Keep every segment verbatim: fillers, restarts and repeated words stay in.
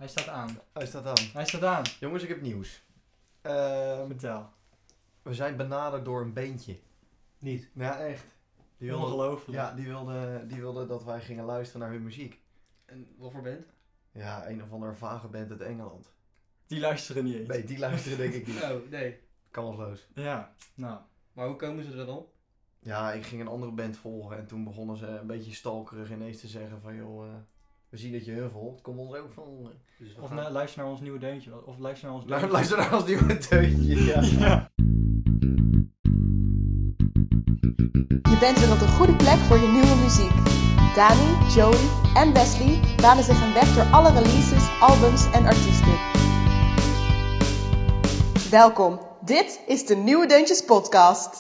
Hij staat aan. Hij staat aan. Hij staat aan. Jongens, ik heb nieuws. Uh, Vertel. We zijn benaderd door een bandje. Niet? Ja, echt. Die wilde, Ongelooflijk. ja, die wilde, die wilde dat wij gingen luisteren naar hun muziek. En wat voor band? Ja, een of andere vage band uit Engeland. Die luisteren niet eens. Nee, die luisteren denk ik niet. Oh, nee. Kansloos. Ja, nou. Maar hoe komen ze er dan op? Ja, ik ging een andere band volgen en toen begonnen ze een beetje stalkerig ineens te zeggen van joh, uh, we zien dat je hun volgt, kom ons ook volgen. Dus we Of gaan... na, luister naar ons nieuwe deuntje. Of luister naar ons Nou, deuntje. luister naar ons nieuwe deuntje. Ja. Ja. Je bent weer op de goede plek voor je nieuwe muziek. Dani, Joey en Wesley banen zich een weg door alle releases, albums en artiesten. Welkom, dit is de Nieuwe Deuntjes podcast.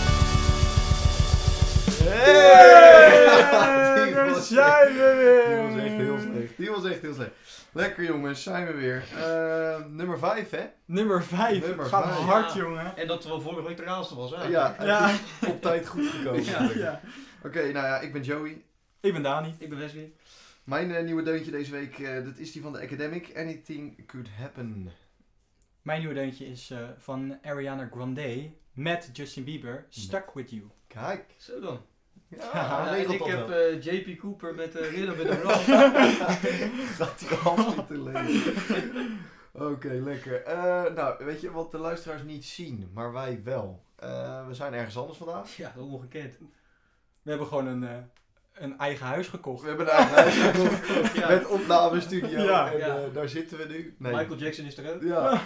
Hey! Die Daar was zijn echt- we weer! Die was echt heel slecht. Die was echt heel slecht. Lekker jongens, zijn we weer. Uh, nummer vijf hè? Nummer vijf. Nummer Gaat vijf. hard, Ja. jongen. En dat wel vorige week de laatste was, hè? Ja, het Ja. is op tijd goed gekomen. Ja. Ja. Oké, nou ja, ik ben Joey. Ik ben Dani. Ik ben Wesley. Mijn uh, nieuwe deuntje deze week, uh, dat is die van de Academic. Anything Could Happen. Mijn nieuwe deuntje is uh, van Ariana Grande met Justin Bieber. Stuck With You. Kijk. Zo dan. Ja, Ja, Ja, en regelt ik dat heb wel. uh, J P Cooper met uh, Rhythm with the Roll. Gaat hij af zitten lezen. Oké, lekker. Uh, nou, weet je wat de luisteraars niet zien, maar wij wel. Uh, we zijn ergens anders vandaag. Ja, ongekend. We hebben gewoon een, uh, een eigen huis gekocht. We hebben een eigen huis gekocht Ja. met opnamestudio Ja. en Ja. uh, daar zitten we nu. Nee. Michael Jackson is er ook. Ja.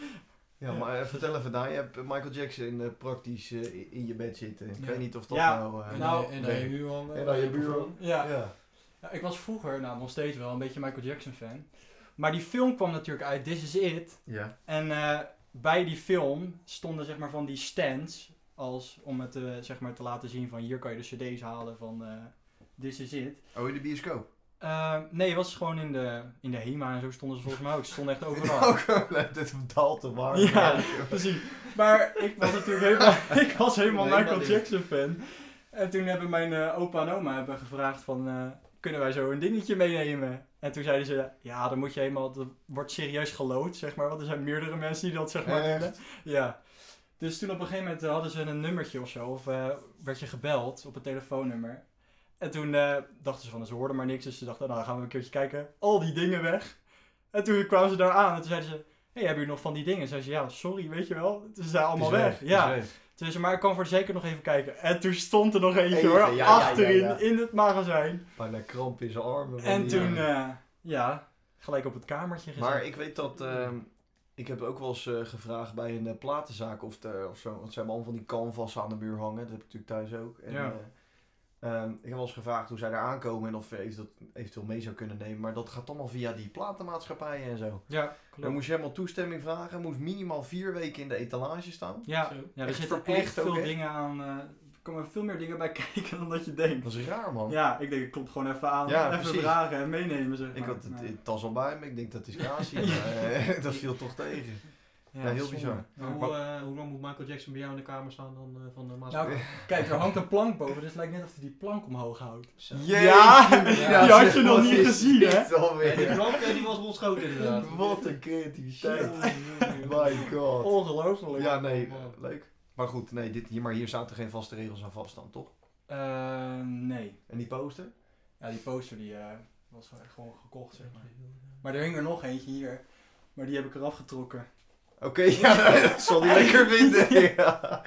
Ja, maar uh, vertel even Daan, je hebt Michael Jackson uh, praktisch uh, in je bed zitten. Ik Ja. weet niet of dat Ja. nou... Uh, En, Nou, nou, en nee. dan je buurman. En dan je buurman. Ja. Ja. Ja, ik was vroeger, nou nog steeds wel, een beetje Michael Jackson fan. Maar die film kwam natuurlijk uit, This Is It. Ja. En uh, bij die film stonden zeg maar van die stands, als, om het uh, zeg maar te laten zien van hier kan je de cd's halen van uh, This Is It. Oh, in de bioscoop? Uh, nee, het was gewoon in de, in de HEMA en zo stonden ze volgens mij ook. Ze stonden echt overal. Ook dit daalt te warm. Ja, precies. Maar ik was natuurlijk helemaal, ik was helemaal Nee, Michael maar Jackson fan. En toen hebben mijn uh, opa en oma hebben gevraagd van, uh, kunnen wij zo een dingetje meenemen? En toen zeiden ze, ja, dan moet je helemaal, dat wordt serieus gelood, zeg maar. Want er zijn meerdere mensen die dat zeg maar Echt? willen. Ja. Dus toen op een gegeven moment uh, hadden ze een nummertje of zo, of uh, werd je gebeld op een telefoonnummer. En toen uh, dachten ze van, ze hoorden maar niks, dus ze dachten, nou dan gaan we een keertje kijken. Al die dingen weg. En toen kwamen ze daar aan en toen zeiden ze, hé, hey, hebben jullie nog van die dingen? Zeiden ze, ja, sorry, weet je wel. Ze zijn allemaal weg. Ja. Weg. Toen zei ze, maar ik kan voor zeker nog even kijken. En toen stond er nog eentje Even, hoor, ja, ja, achterin, ja, ja. in het magazijn. Bijna kramp in zijn armen. van En die- toen, Ja. uh, ja, gelijk op het kamertje gezet. Maar ik weet dat... Uh, ik heb ook wel eens uh, gevraagd bij een uh, platenzaak of, de, of zo. Want ze hebben allemaal van die canvassen aan de muur hangen. Dat heb ik natuurlijk thuis ook. En, Ja. uh, um, ik heb wel eens gevraagd hoe zij daar aankomen en of je dat eventueel mee zou kunnen nemen. Maar dat gaat allemaal via die platenmaatschappijen en zo. Ja, Dan klopt. moest je helemaal toestemming vragen. Moest minimaal vier weken in de etalage staan. Ja, Zo. ja, er Echt zitten verplicht echt ook, veel hè? dingen aan. Uh, er komen veel meer dingen bij kijken dan dat je denkt. Dat is raar, man. Ja, ik denk, ik klop gewoon even aan, Ja, even precies. vragen en meenemen. Zeg maar. Ik had het, Ja. het tas al bij me. Ik denk dat is gratie. Maar uh, dat viel toch tegen. Ja, heel zonde. bizar. Ja, Maar hoe, maar- uh, hoe lang moet Michael Jackson bij jou in de kamer staan dan uh, van de maatschappij? nou, kijk, er hangt een plank boven, dus het lijkt net of hij die plank omhoog houdt. Zo. Jeetje, Ja, ja, die had zeg, je nog wat niet is gezien, dit hè? alweer? Ja, die plank uh, die was ons schoot inderdaad. Wat een creativiteit. Shit. My god. Ongelooflijk. Ja, nee, Oh, man. leuk. Maar goed, nee, dit, hier, maar hier zaten geen vaste regels aan vast dan, toch? Uh, nee. En die poster? Ja, die poster die uh, was gewoon echt gewoon gekocht, zeg maar. Maar er hing er nog eentje hier. Maar die heb ik eraf getrokken. Oké, okay, ja, dat zal die lekker vinden. Ja.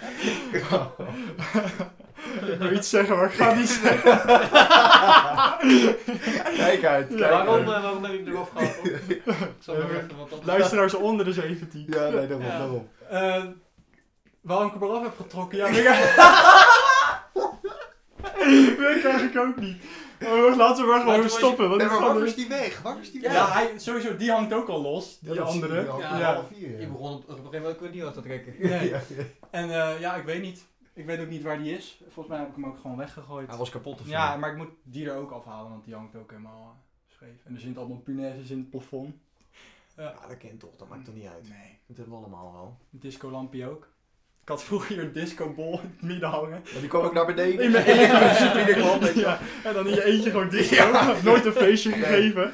Ik wil iets zeggen, maar ik ga niet zeggen. Kijk uit, kijk Waarom, uit. uh, waarom heb ik eraf gehaald? Ik zal maar even wat dat Luisteraars onder de zeventien. Ja, nee, daarom, Ja. daarom. Uh, waarom ik hem eraf heb getrokken? Ja, weet ik, weet ik eigenlijk ook niet. Maar laten we maar gewoon toen was je- stoppen. Want Nee, het maar gaat waar er- is die weg? Waar is die weg? ja, hij, sowieso, die hangt ook al los. Die Ja, dat zie andere. je al. Ja. Ja, half vier. Je Ja. begon op, op een gegeven moment ook niet uit te trekken. Nee. Ja, ja. En uh, ja, ik weet niet. Ik weet ook niet waar die is. Volgens mij heb ik hem ook gewoon weggegooid. Hij was kapot of zo? Ja, maar ik moet die er ook afhalen, want die hangt ook helemaal uh, scheef. En er zitten allemaal punaises in het plafond. Ja. Ja, dat kent toch, dat maakt toch niet uit. Nee. Dat hebben we allemaal wel. Een discolampje ook. Ik had vroeger hier een discobol in het midden hangen. Ja, die kwam ook naar beneden. In mijn eentje. eentje. Binnenkwam, weet je wel. Ja, en dan in je eentje gewoon disco. Nooit een feestje gegeven.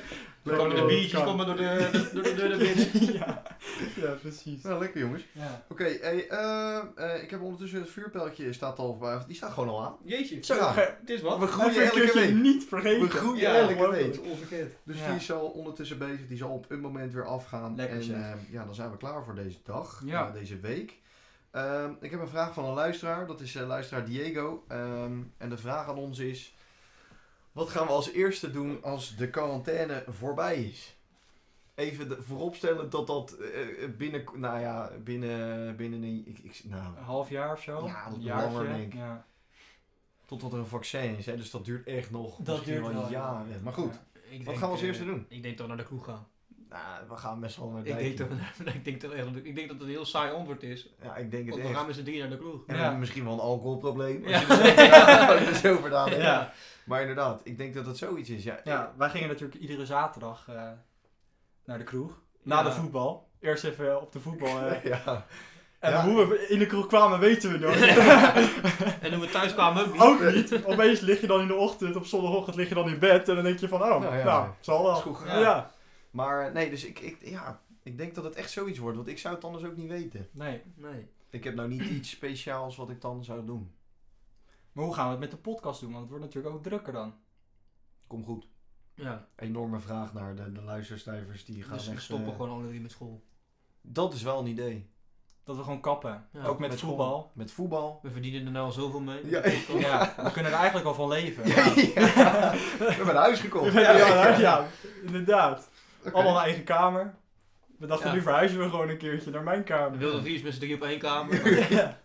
Dan komen de Oh, biertjes kan. komen door de, door de deur naar binnen. ja. ja, precies. Nou, lekker jongens. Ja. Oké, hey, eh, eh, ik heb ondertussen het vuurpijltje staat al, uh, die staat gewoon al aan. Jeetje, Zo, Ja. ge- het is wat. We Even groeien een elke keertje week. niet vergeten. We groeien Ja, elke ongelooflijk. week. Ongekend. Dus Ja. die is al ondertussen bezig, die zal op een moment weer afgaan. Lekker, en zeg. eh, ja, dan zijn we klaar voor deze dag, Ja. eh, deze week. Ehm, ik heb een vraag van een luisteraar, dat is uh, luisteraar Diego. Ehm, en de vraag aan ons is, wat gaan we als eerste doen als de quarantaine voorbij is? Even de, vooropstellen dat dat uh, binnen, nou ja, binnen, binnen een, ik, ik, nou, Een half jaar of zo? Ja, dat Een langer, denk ik. Ja. totdat er een vaccin is, hè? Dus dat duurt echt nog Dat misschien duurt wel wel, ja. jaren. Maar goed, Ik Wat denk, gaan we als eh, eerste doen? Ik denk toch naar de kroeg gaan. nou, we gaan met z'n allen naar Ik denk, Dijkje. toch, ik, denk toch echt, ik denk dat het een heel saai antwoord is. Ja, ik denk het Want we echt. gaan met z'n drieën naar de kroeg. En we Ja. hebben misschien wel een alcoholprobleem. Ja. Als je er zo- als je er zo over nadenkt. Ja. Maar inderdaad, ik denk dat het zoiets is. Ja, Ja, wij gingen natuurlijk iedere zaterdag eh, naar de kroeg. Na Ja. de voetbal. Eerst even op de voetbal. eh. ja. En Ja. hoe we in de kroeg kwamen weten we nog. En toen we thuis kwamen ook niet. Ook niet. Opeens lig je dan in de ochtend, op zondagochtend lig je dan in bed. En dan denk je van, oh, Nou nou, ja. zal wel. Is goed Ja. gegaan. ja. Maar nee, dus ik, ik, ja, ik denk dat het echt zoiets wordt, want ik zou het anders ook niet weten. Nee. Nee. Ik heb nou niet iets speciaals wat ik dan zou doen. Maar hoe gaan we het met de podcast doen? Want het wordt natuurlijk ook drukker dan. Kom goed. Ja. Enorme vraag naar de, de luistercijfers die gaan Dus we echt... stoppen eh, gewoon alle drie met school. Dat is wel een idee. Dat we gewoon kappen. Ja, ook met, met voetbal. school. Met voetbal. We verdienen er nou al zoveel mee. Ja. Ja, we kunnen er eigenlijk al van leven. Ja, ja. We hebben een huis gekocht. Ja, ja, ja, inderdaad. Oké. Allemaal een eigen kamer. We dachten, Ja. nu verhuizen we gewoon een keertje naar mijn We kamer. wilden drie met z'n drie op één kamer. Ja.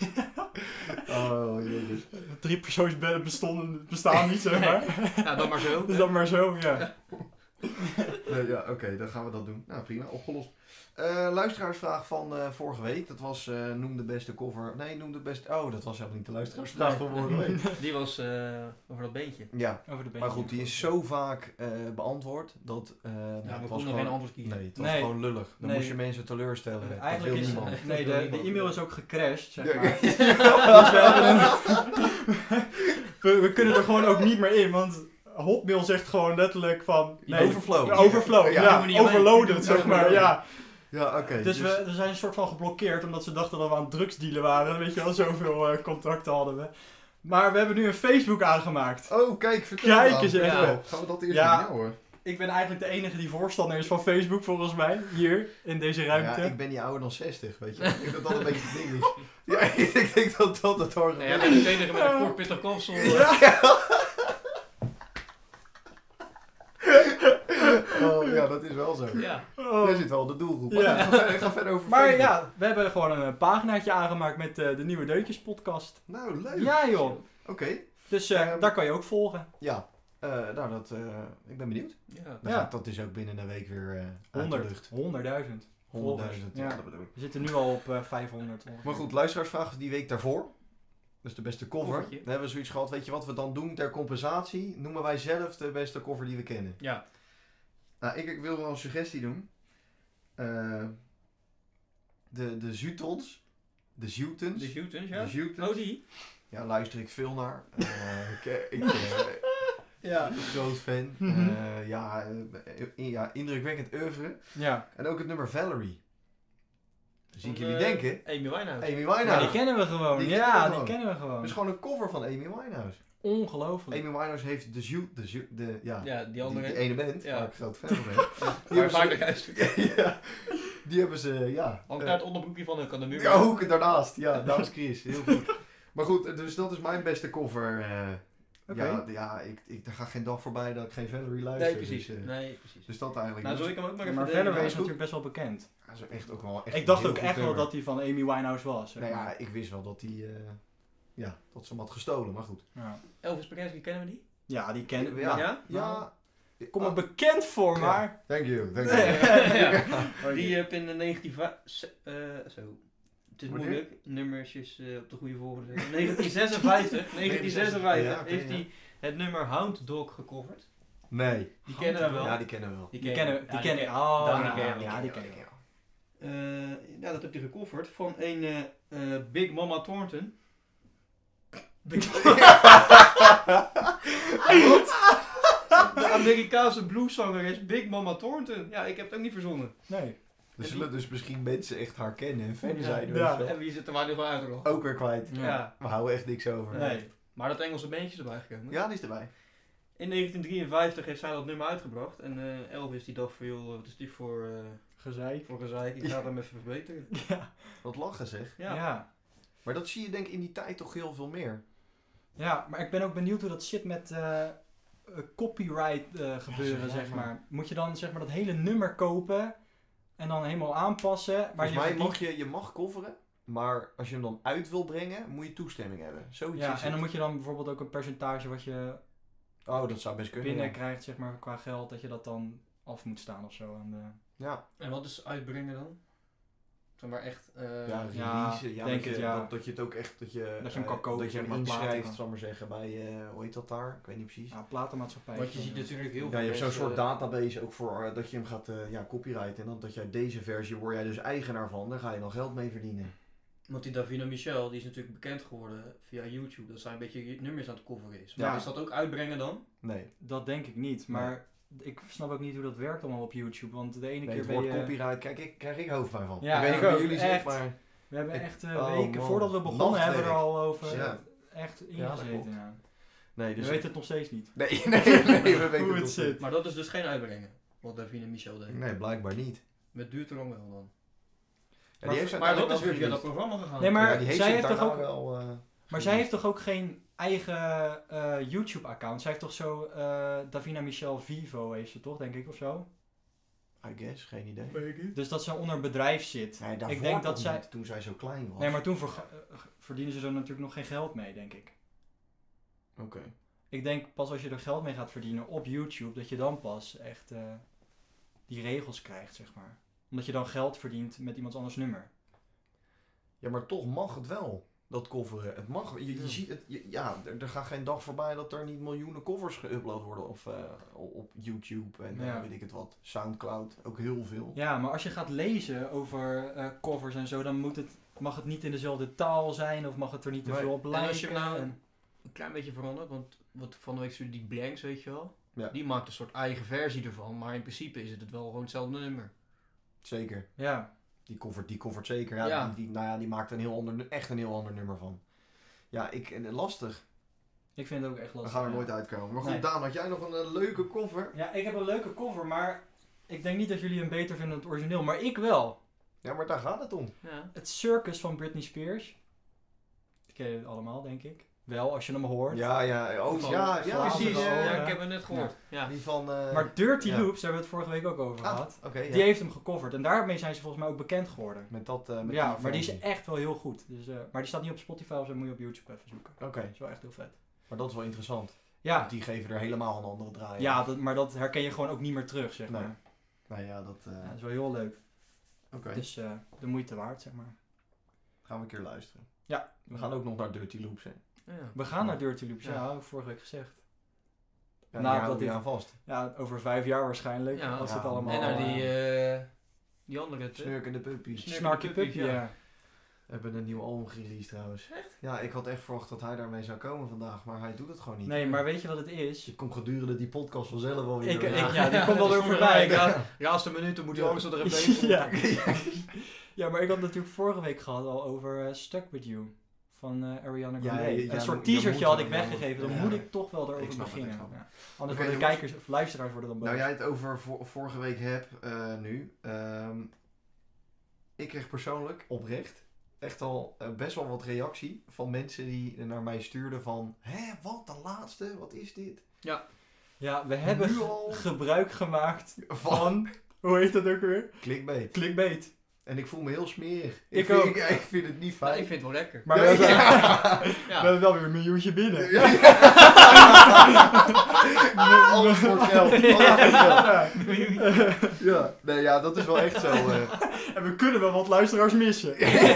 Oh, jezus. Drie persoonsbedden bestonden, bestaan niet, zeg maar. Ja, dan maar zo. Dus dat maar zo, ja. Nee, ja, oké, dan gaan we dat doen. Nou, prima, opgelost. Eh, luisteraarsvraag van eh, vorige week. Dat was, eh, noem de beste cover... Nee, noem de beste... Oh, dat was helemaal niet de luisteraarsvraag van vorige week. Die was eh, over dat beentje. Ja, Over de maar goed, die is zo vaak eh, beantwoord dat... eh nou, Ja, het we was konden gewoon... geen antwoord kiezen. Nee, het was Nee. gewoon lullig. Dan Nee. moest je mensen teleurstellen. Dat Eigenlijk wil is niemand. nee, Dat wil de, de niemand. e-mail is ook gecrashed, zeg Ja, maar. ja. Dus we, hebben een- we, we kunnen er gewoon ook niet meer in, want Hotmail zegt gewoon letterlijk van... Overflow. Overflow, Ja, ja, doen we niet alleen. overloaded, Doen zeg we maar, niet ja. Ja, oké. Dus we, we zijn een soort van geblokkeerd, omdat ze dachten dat we aan drugsdealen waren. Weet je wel, zoveel eh, contacten hadden we. Maar we hebben nu een Facebook aangemaakt. Oh, kijk, vertel Kijk dan. eens even. Ja. Gaan we dat eerst Ja. doen? Ja hoor. Ik ben eigenlijk de enige die voorstander is van Facebook, volgens mij. Hier, in deze ruimte. Ja, ik ben niet ouder dan zestig, weet je. Ik denk dat dat een beetje het ding is. Ja, ik denk dat dat het argument Nee, jij bent de enige met een kort pittig kopsel. Oh ja, dat is wel zo. Ja. Oh. Jij zit wel in de doelgroep. Ja. Maar ga, verder, ga verder over Maar Facebook. ja, we hebben gewoon een uh, paginaatje aangemaakt met uh, de Nieuwe Deutjes podcast. Nou, leuk. Ja joh. Oké. Dus uh, Um, daar kan je ook volgen. Ja. Uh, nou, dat, uh, ik ben benieuwd. Ja. Dan Ja. gaat dat is ook binnen een week weer uh, uit de honderd. lucht. honderdduizend. honderdduizend. Ja. Ja. Dat bedoel ik. We zitten nu al op uh, vijfhonderd. Ongeveer. Maar goed, luisteraarsvraag die week daarvoor. Dus de beste cover. Covertje. Dan hebben we zoiets gehad. Weet je wat we dan doen ter compensatie? Noemen wij zelf de beste cover die we kennen. Ja. Nou, ik, ik wil wel een suggestie doen. Uh, de, de Zutons. De Zutons. De Shooters, ja? De Zutons. Oh, die? Ja, luister ik veel naar. Uh, ik ik uh, Ja. groot fan. Mhm. Uh, ja, uh, ja, indrukwekkend oeuvre. Ja. En ook het nummer Valerie. Dan zie ik Van, jullie uh, denken. Amy Winehouse. Amy Ja, Winehouse. die kennen we gewoon. Die ja, kennen we die gewoon. kennen we gewoon. Het is gewoon een cover van Amy Winehouse. Ongelooflijk. Amy Winehouse heeft de Zoet, de Zoet, de, ja, Ja, die die, andere. die ene band, Ja. waar ik groot fan van ben. Ja, Die hebben vaak ze- naar huis. ja, die hebben ze, ja. Hangt eh, daar het onderbroekje van, dan kan de muur. ja, ook daarnaast, ja, naast Chris, heel goed. Maar goed, dus dat is mijn beste cover. eh Oké. Ja, ja ik, ik, er gaat geen dag voorbij dat ik geen Valerie luister. Nee, precies. Dus, eh, Nee, precies. dus dat eigenlijk. Nou, Dus- zal ik hem ook maar Ja, even maar delen? Valerie Ja, is is goed. natuurlijk best wel bekend. Ja, dat is echt ook wel echt Ik dacht een heel ook goed echt wel nummer. dat hij van Amy Winehouse was. zeg Nou maar. ja, ik wist wel dat hij, uh, ja, dat ze hem had gestolen, maar goed. Ja. Elvis Presley, kennen we die? Ja, die kennen we. Ja. Ja. Ja? Ja. Kom me bekend voor, Ja. maar. Thank you, thank Ja, you. ja, ja. Oh, Die heb in de negentien... va- se- eh, zo. Het is Wanneer? moeilijk, nummersjes eh, op de goede volgorde zetten. negentien zesenvijftig, negentien zesenvijftig Ja, oké, heeft ja. hij het nummer Hound Dog gecoverd. Nee. Die kennen we wel. Ja, die kennen we wel. Die kennen we. Die kennen we. ken- Oh, Dan ja, die kennen we. ja, die kennen we. Eh, ja, dat heb hij gecoverd van een eh, eh, Big Mama De Amerikaanse blueszangeres Big Mama Thornton. Ja, ik heb het ook niet verzonnen. Nee. Er zullen dus misschien mensen echt haar kennen en fan Ja. zijn. weet Ja. je wel. En wie zit er maar nu gewoon uit te lachen? Ook weer kwijt. Ja. Ja. We houden echt niks over. Nee. Maar dat Engelse bandje is erbij gekomen. Ja, die is erbij. In negentien drieënvijftig heeft zij dat nummer uitgebracht. En uh, Elvis die dacht van, joh, wat is die voor, uh, Gezeik. voor gezeik? Ik ga hem even verbeteren. Ja. Wat lachen zeg. Ja. Ja. Maar dat zie je denk ik in die tijd toch heel veel meer. Ja, maar ik ben ook benieuwd hoe dat zit met eh, eh, copyright eh, gebeuren, Ja, zeg maar. maar. Moet je dan zeg maar dat hele nummer kopen en dan helemaal aanpassen? Maar Volgens je mij verdient- mag je, je mag coveren, maar als je hem dan uit wil brengen, moet je toestemming hebben. Zoiets Ja, is en dan het. moet je dan bijvoorbeeld ook een percentage wat je Oh, dat zou best kunnen. binnen ja. krijgt, zeg maar, qua geld, dat je dat dan af moet staan of zo. Aan de... Ja, En wat is uitbrengen dan? Zeg maar echt... uh, ja, ja, release. Ja, denk dat, het, je, ja. dat, dat je het ook echt, dat je, Dat je hem eh, kan kopen, dat je hem zeg maar, platen inschrijft, kan. zal ik maar zeggen, bij, uh, hoe heet dat daar? Ik weet niet precies. Ja, platenmaatschappij. Want je ziet natuurlijk heel Ja, veel je hebt zo'n mensen- soort database ook voor uh, dat je hem gaat uh, ja, copyrighten. En dan dat jij deze versie, word jij dus eigenaar van, daar ga je dan geld mee verdienen. Want die Davina Michel, die is natuurlijk bekend geworden via YouTube. Dat zij een beetje nummers aan het coveren is. Ja. Maar is dat ook uitbrengen dan? Nee, Dat denk ik niet, maar ik snap ook niet hoe dat werkt allemaal op YouTube. Want de ene nee keer het ben woord je... copyright, kijk, ik krijg ik hoofdpijn van. Ja, ik weet ik niet hoe ook, jullie echt. zitten, maar... We hebben Ik- echt uh, oh, weken, man. voordat we begonnen, hebben we er Nachtwerk. al over Ja. echt dat ingezeten. klopt. Ja, Nee, We dus... weten het nog steeds niet. Nee, nee, nee, we weten Hoe het nog zit. niet. Maar dat is dus geen uitbrengen. Wat Davina Michel deed. Nee, blijkbaar niet. Met duurt er lang wel dan. Ja, die heeft maar uiteindelijk dat is weer wel via dat gereleased. programma gegaan. Nee, maar Ja, die heeft zij zich heeft toch daarna ook... wel... uh, Maar zij heeft toch ook geen eigen eh, YouTube-account? Zij heeft toch zo eh, Davina Michel Vivo heeft ze toch, denk ik, of zo? I guess, geen idee. Dus dat ze onder een bedrijf zit. Nee, daarvoor ik denk dat toch zij... niet, toen zij zo klein was. Nee, maar toen verga- eh, verdienen ze er natuurlijk nog geen geld mee, denk ik. Oké. Ik denk pas als je er geld mee gaat verdienen op YouTube, dat je dan pas echt eh, die regels krijgt, zeg maar. Omdat je dan geld verdient met iemands anders nummer. Ja, maar toch mag het wel, dat coveren. Het mag. Je, je Ja. ziet het, je- ja, er, er gaat geen dag voorbij dat er niet miljoenen covers geüpload worden op, eh, op YouTube en eh, Ja. weet ik het wat. Soundcloud, ook heel veel. Ja, maar als je gaat lezen over eh, covers en zo, dan moet het, mag het niet in dezelfde taal zijn of mag het er niet te Nee. veel op En lijken. als je hem nou en- een klein beetje verandert, want wat van de week stuurde die Blanks, weet je wel. Ja. Die maakt een soort eigen versie ervan, maar in principe is het, het wel gewoon hetzelfde nummer. Zeker. Ja, Die covert, die covert zeker. Ja, Ja. Die, die, nou ja, die maakt een heel ander, nu- echt een heel ander nummer van. Ja, ik, eh, lastig. ik vind het ook echt We lastig. gaan er ja. nooit uitkomen. Maar goed, Nee. Daan, had jij nog een eh, leuke cover? Ja, ik heb een leuke cover, maar ik denk niet dat jullie hem beter vinden dan het origineel, maar ik wel. Ja, maar daar gaat het om. Ja. Het Circus van Britney Spears. Die ken je allemaal, denk ik. Wel, als je hem hoort. Ja, ja. Oh, Van- ja, ja. van- Precies, wel, ja, ja. ik heb het net gehoord. Ja. Die van... eh, Maar Dirty ja. Loops, daar hebben we het vorige week ook over Ah, gehad. oké, ja. Die heeft hem gecoverd en daarmee zijn ze volgens mij ook bekend geworden. Met dat... eh, met Ja, maar die is versie. echt wel heel goed. Dus, eh, maar die staat niet op Spotify, dus dan moet je op YouTube even zoeken. Oké, Dat is wel echt heel vet. maar dat is wel interessant. Ja, Want die geven er helemaal een andere draai. ja dat, maar dat herken je gewoon ook niet meer terug, zeg Nee. maar. Nou ja, dat... eh, Ja, dat is wel heel leuk. Oké, Dus eh, de moeite waard, zeg maar. gaan we een keer luisteren. Ja, We gaan ook nog naar Dirty Loops, hè. Ja. We gaan naar Dirty Loops, ja, Ja. heb ik vorige week gezegd. Ja, Nou, nou, dat dat die dit- aan vast. Ja, over vijf jaar waarschijnlijk, Ja. als Ja, het allemaal... En naar eh, die, eh die andere... te- Snurkende Puppies. Snurk- Snarky Puppies, Puppy, ja. ja. We hebben een nieuw album gereleased trouwens. Echt? Ja, ik had echt verwacht dat hij daarmee zou komen vandaag, maar hij doet het gewoon niet. Nee, maar weet je wat het is? Je komt gedurende die podcast vanzelf wel weer. Ik- door. ik- ja, die komt wel dat weer is voorbij. Ja, laatste minuten moet hij Ja. ook zo er even Ja. Ja, maar ik had het natuurlijk vorige week gehad al over eh, Stuck With You van eh, Ariana Ja, Grande. ja, ja, een soort moet- teasertje je moet had wel, ik ja, weggegeven, dan ja. moet ik toch wel Ik erover snap het, beginnen. ik snap het. Ja. Anders Oké, worden de jongens. kijkers of luisteraars worden dan boos. Nou, jij het over vor- vorige week hebt eh, nu. Ehm, ik kreeg persoonlijk oprecht echt al eh, best wel wat reactie van mensen die naar mij stuurden van... Hé, wat, de laatste? Wat is dit? Ja, we hebben Nu al? gebruik gemaakt Van van, hoe heet dat ook weer? clickbait. Clickbait. En ik voel me heel smerig. Ik vind, ook. Ik, ik vind het niet Nou, fijn. ik vind het wel lekker. Maar Ja, we, hebben, ja. we Ja. hebben wel weer een miljoentje binnen. Alles voor geld. Alles voor geld. Ja. Ja, nee, ja, dat is wel echt zo. eh. En we kunnen wel wat luisteraars missen.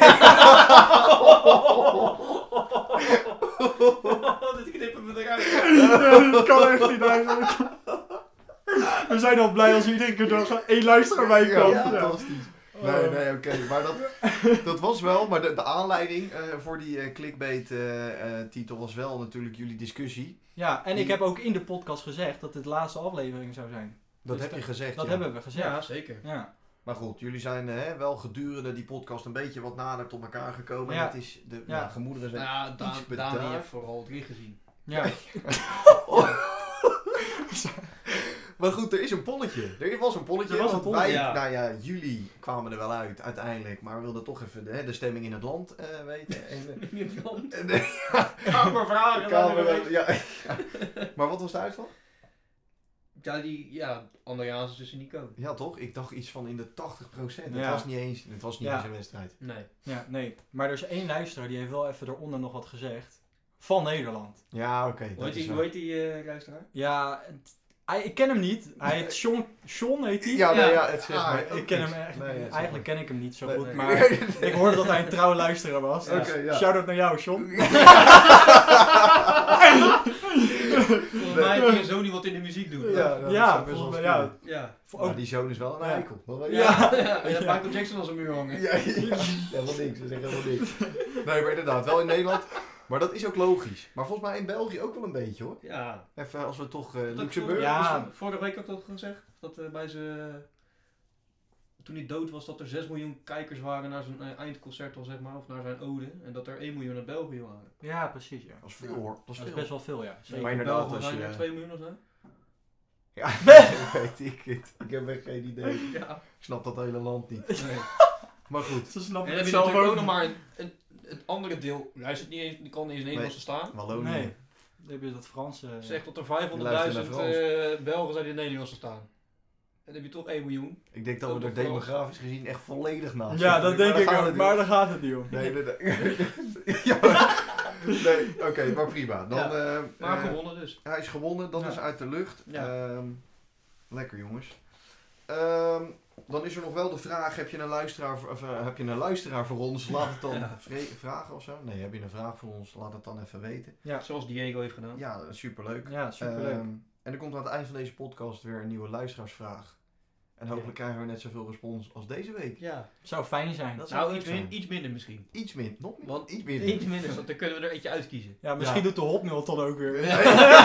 Dit knippen we eruit. Ja, dat kan echt niet eigenlijk. We zijn al blij als er iedere keer nog één luisteraar bij Ja, komt. ja, Ja. fantastisch. Nee, nee, oké. Okay. Maar dat, dat was wel, maar de, de aanleiding uh, voor die uh, clickbait uh, uh, titel was wel natuurlijk jullie discussie. Ja, en die... ik heb ook in de podcast gezegd dat dit de laatste aflevering zou zijn. Dat dus heb je gezegd, Dat ja. hebben we gezegd. Ja, zeker. Ja. Maar goed, jullie zijn uh, hè, wel gedurende die podcast een beetje wat nader tot elkaar gekomen. Ja. En het is, de Ja. ja, gemoederen zijn Nou ja, Daan, iets Daan die bedaard. heeft vooral drie gezien. Ja. Maar goed, er is een polletje. Er was een polletje. Er was een want polletje, wij, ja. nou ja, jullie kwamen er wel uit uiteindelijk. Maar we wilden toch even de, hè, de stemming in het land uh, weten. En, uh, In het land. en, uh, ja, Kamervragen. Kamer, Kamer, ja, ja. Maar wat was de uitslag? Ja, die, ja, Andreas is dus Nico. Ja toch? Ik dacht iets van in de tachtig procent. Ja. Het was niet eens, het was niet Ja. eens een wedstrijd. Nee. Ja, nee. Maar er is één luisteraar die heeft wel even eronder nog wat gezegd. Van Nederland. Ja, oké. Hoe dat heet is die, wel- hoe heet die uh, luisteraar? Ja, het- hij, ik ken hem niet. Hij heet Sean, Sean heet hij. Ja, nee, Ja. ja, het zegt Ah, mij ook ik ken niks. hem echt, Nee, ja, zeg eigenlijk ken ik hem niet zo Nee. goed, Nee. maar Nee. ik hoorde dat hij een trouwe luisteraar was. Oké, Dus ja. shout-out naar jou, Sean. Volgens mij heeft hij een zoon die wat in de muziek doet. Ja, dat Ja, zou best volgens wel mij ja. kunnen. Ja. Voor- Maar ook- die zoon is wel een Ja. eikel. Dat weet je. Ja, ja. ja, Ja. Michael Jackson als een muur hangen. Ja, ja, ja. Helemaal niks, ze zeggen helemaal niks. Nee, maar inderdaad, wel in Nederland. Maar dat is ook logisch. Maar volgens mij in België ook wel een beetje hoor. Ja. Even als we toch uh, Dat Luxemburg. Ja. Ja. Vorige week had ik dat gezegd. Dat uh, bij zijn... Toen hij dood was, dat er zes miljoen kijkers waren naar zijn uh, eindconcert al, zeg maar. Of naar zijn ode. En dat er één miljoen naar België waren. Ja, precies. Ja. Dat is veel hoor. Dat is Dat is veel. best wel veel, ja. Zeker. Maar inderdaad, Belgen als zijn je- er twee miljoen of zo. Ja, weet ik het. Ik heb echt geen idee. Ja. Ik snap dat hele land niet. Nee. Maar goed, Ze En snappen dan heb het je zelf natuurlijk ook ook nog niet. maar een, een, een andere deel. Luistert niet eens, die kan niet eens Nederlands verstaan. Wallonië. Nee. Dan heb je dat Franse... Zegt dat er Die vijfhonderdduizend luisteren uh, Belgen zijn die het Nederlands verstaan. En dan heb je toch één miljoen. Ik denk dat we Ook er nog Frans. demografisch gezien echt volledig naast Ja, zitten. dat denk Maar ik daar gaat ook. het Maar niet daar gaat het niet om. om. Nee, nee, nee. Ja, maar- nee, oké, maar prima. Dan, Ja, eh, Maar eh, gewonnen dus. Hij is gewonnen, dat Ja. is uit de lucht. Ja. Ehm, lekker jongens. Ehm, dan is er nog wel de vraag, heb je een luisteraar, voor- of, uh, heb je een luisteraar voor ons? Laat het dan Ja. vre- vragen of zo. Nee, heb je een vraag voor ons? Laat het dan even weten. Ja, Zoals Diego heeft gedaan. Ja, superleuk. ja superleuk. Ehm, en er komt aan het eind van deze podcast weer een nieuwe luisteraarsvraag. En hopelijk krijgen we net zoveel respons als deze week. Ja. Zou fijn zijn. Dat zou Nou, leuk iets, min, zijn. iets minder misschien. Iets minder, nog meer. Want iets minder. Iets minder, want dan kunnen we er eentje uitkiezen. Ja, misschien Ja. doet de hotmail het dan ook weer. Ja.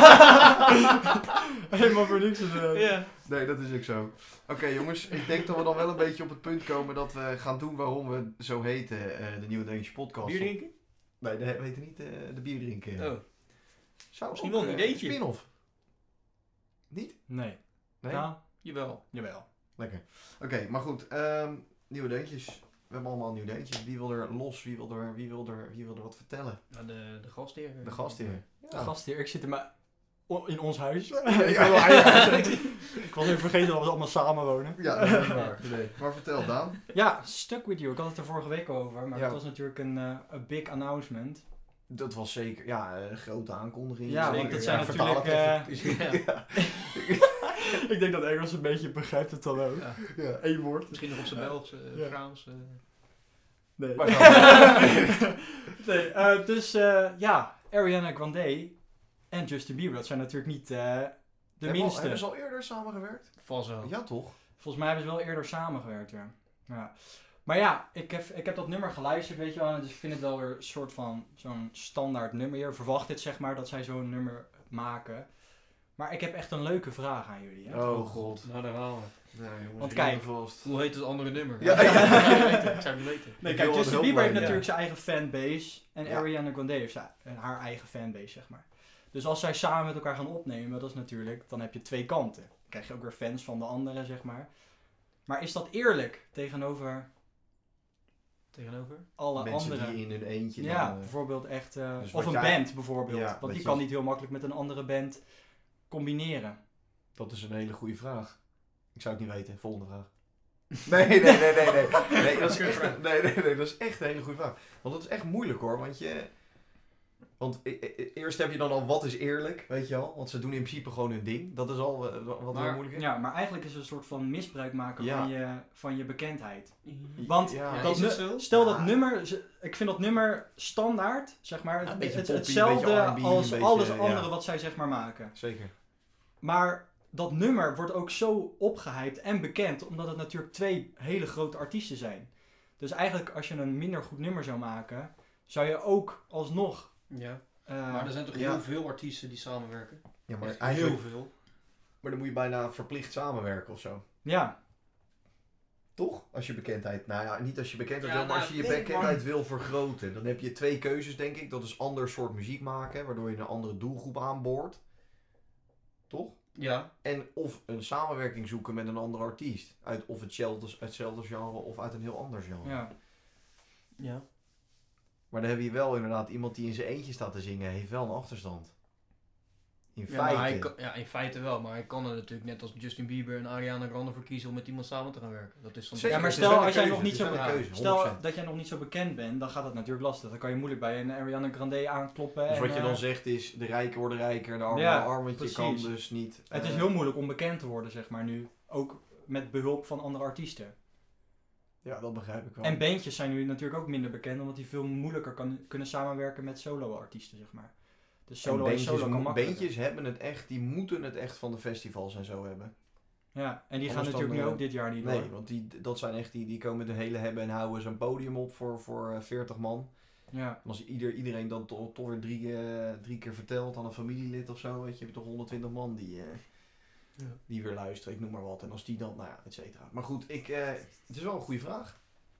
Helemaal voor niks. Uh, Ja. Nee, dat is ook zo. Oké jongens, ik denk dat we dan wel een beetje op het punt komen dat we gaan doen waarom we zo heten, eh, de Nieuwe Deuntje podcast. Bier drinken? Nee, we weten niet eh, de bier drinken. Oh. Zou Misschien ook, wel een eh, ideetje. spin-off. Niet? Nee. Nee? Nou, Jawel. jawel. Lekker. Oké, maar goed. ehm, nieuwe deuntjes. We hebben allemaal nieuwe deuntjes. Wie wil er los? Wie wil er, wie wil er, wie wil er wat vertellen? Nou, de, de gastheer. De gastheer. De gastheer, ik zit in, mijn, o- in ons huis. ja, Ik ja. wil wel eigen huis hebben. Ik was even vergeten dat we allemaal samen wonen. Ja, dat is waar. Nee. Maar vertel Daan. Ja, Stuck With You. Ik had het er vorige week over. Maar Ja. het was natuurlijk een uh, een big announcement. Dat was zeker, ja, een grote aankondiging. Ja, Zeker, want het ja. zijn Vertaal natuurlijk... het eh, Ja. Ja. ik denk dat Engels een beetje begrijpt het dan ook. Ja. Ja. Eén woord. Misschien nog op zijn Belgisch, uh, Ja. Frans. Uh. Nee. Maar gaan nee uh, dus uh, ja, Ariana Grande en Justin Bieber, dat zijn natuurlijk niet uh, de Hebben, al, minste. hebben ze al eerder samengewerkt? Vast wel. Ja, toch? Volgens mij hebben ze wel eerder samengewerkt, ja. ja. Maar ja, ik heb, ik heb dat nummer geluisterd, weet je wel. Dus ik vind het wel weer een soort van zo'n standaard nummer. Je verwacht het, zeg maar, dat zij zo'n nummer maken. Maar ik heb echt een leuke vraag aan jullie. Hè? Oh god. Nou, daar gaan we. Nee, jongens, Want ik kijk. ben vast. Hoe heet het andere nummer? Ja. Ik zou het weten. Ik zou het weten. Nee, Ik kijk, wil Justin het Bieber heeft heel natuurlijk zijn eigen fanbase. En Ja. Ariana Grande heeft zijn, haar eigen fanbase, zeg maar. Dus als zij samen met elkaar gaan opnemen, dat is natuurlijk, dan heb je twee kanten. Dan krijg je ook weer fans van de anderen, zeg maar. Maar is dat eerlijk tegenover Tegenover? alle Mensen anderen? die in hun eentje Ja, dan, eh, bijvoorbeeld echt... uh, Dus of wat een jij- band bijvoorbeeld. Ja, want wat die je- kan niet heel makkelijk met een andere band combineren. Dat is een hele goede vraag. Ik zou het niet weten. Volgende vraag. Nee, nee, nee, nee, nee. Nee, dat is echt, een- nee, nee, nee, dat is echt een hele goede vraag. Want dat is echt moeilijk hoor, want je... Want e- e- eerst heb je dan al wat is eerlijk, weet je al. Want ze doen in principe gewoon hun ding. Dat is al eh, wat Maar- heel moeilijk is. Ja, maar eigenlijk is het een soort van misbruik maken Ja. van, je, van je bekendheid. Want Ja. Ja, dat is het nu- zo? Stel dat Ja. nummer, ze- ik vind dat nummer standaard, zeg maar, Ja, een het, beetje het- poppy, hetzelfde een beetje R en B, als een beetje, alles ja. andere wat zij zeg maar maken. Zeker. Maar dat nummer wordt ook zo opgehyped en bekend, omdat het natuurlijk twee hele grote artiesten zijn. Dus eigenlijk als je een minder goed nummer zou maken, zou je ook alsnog... Ja. Uh, maar er zijn toch ja. heel veel artiesten die samenwerken? Ja, maar Echt eigenlijk... heel veel. Maar dan moet je bijna verplicht samenwerken of zo. Ja. Toch? Als je bekendheid... Nou ja, niet als je bekendheid Ja, wil, maar nou, als je je nee, bekendheid maar- wil vergroten. Dan heb je twee keuzes, denk ik. Dat is ander soort muziek maken, waardoor je een andere doelgroep aanboort. Toch? Ja. En of een samenwerking zoeken met een andere artiest. Uit of hetzelfde, hetzelfde genre of uit een heel ander genre. Ja. Ja. Maar dan heb je wel inderdaad iemand die in zijn eentje staat te zingen, heeft wel een achterstand. In Ja, maar feite. hij kan, ja, in feite wel, maar hij kan er natuurlijk net als Justin Bieber en Ariana Grande voor kiezen om met iemand samen te gaan werken. Dat is dan Zeker. Ja, maar het is stel wel een als jij keuze, nog niet het is zo wel een ja, keuze, stel honderd procent. dat jij nog niet zo bekend bent, dan gaat dat natuurlijk lastig. Dan kan je moeilijk bij een Ariana Grande aankloppen. Dus en, wat je dan uh, zegt is, de rijken worden rijker, de armen Ja, worden armer, want je kan precies. dus niet... Het is eh, heel moeilijk om bekend te worden, zeg maar, nu. Ook met behulp van andere artiesten. Ja, dat begrijp ik wel. En bandjes zijn nu natuurlijk ook minder bekend, omdat die veel moeilijker kan, kunnen samenwerken met solo-artiesten, zeg maar. Dus En solo en bandjes, solo kan mo- makkelijker. bandjes hebben het echt, die moeten het echt van de festivals en zo hebben. Ja, en die gaan Anders natuurlijk dan, nu uh, ook dit jaar niet door. Nee, want die, dat zijn echt, die, die komen met een hele hebben en houden zo'n podium op voor, voor uh, veertig man. Ja. En als ieder, iedereen dat to- toch weer drie, uh, drie keer vertelt aan een familielid of zo, weet je, heb je toch honderdtwintig man die, uh, Ja. die weer luisteren, ik noem maar wat. En als die dan, nou ja, et cetera. Maar goed, ik, uh, het is wel een goede vraag.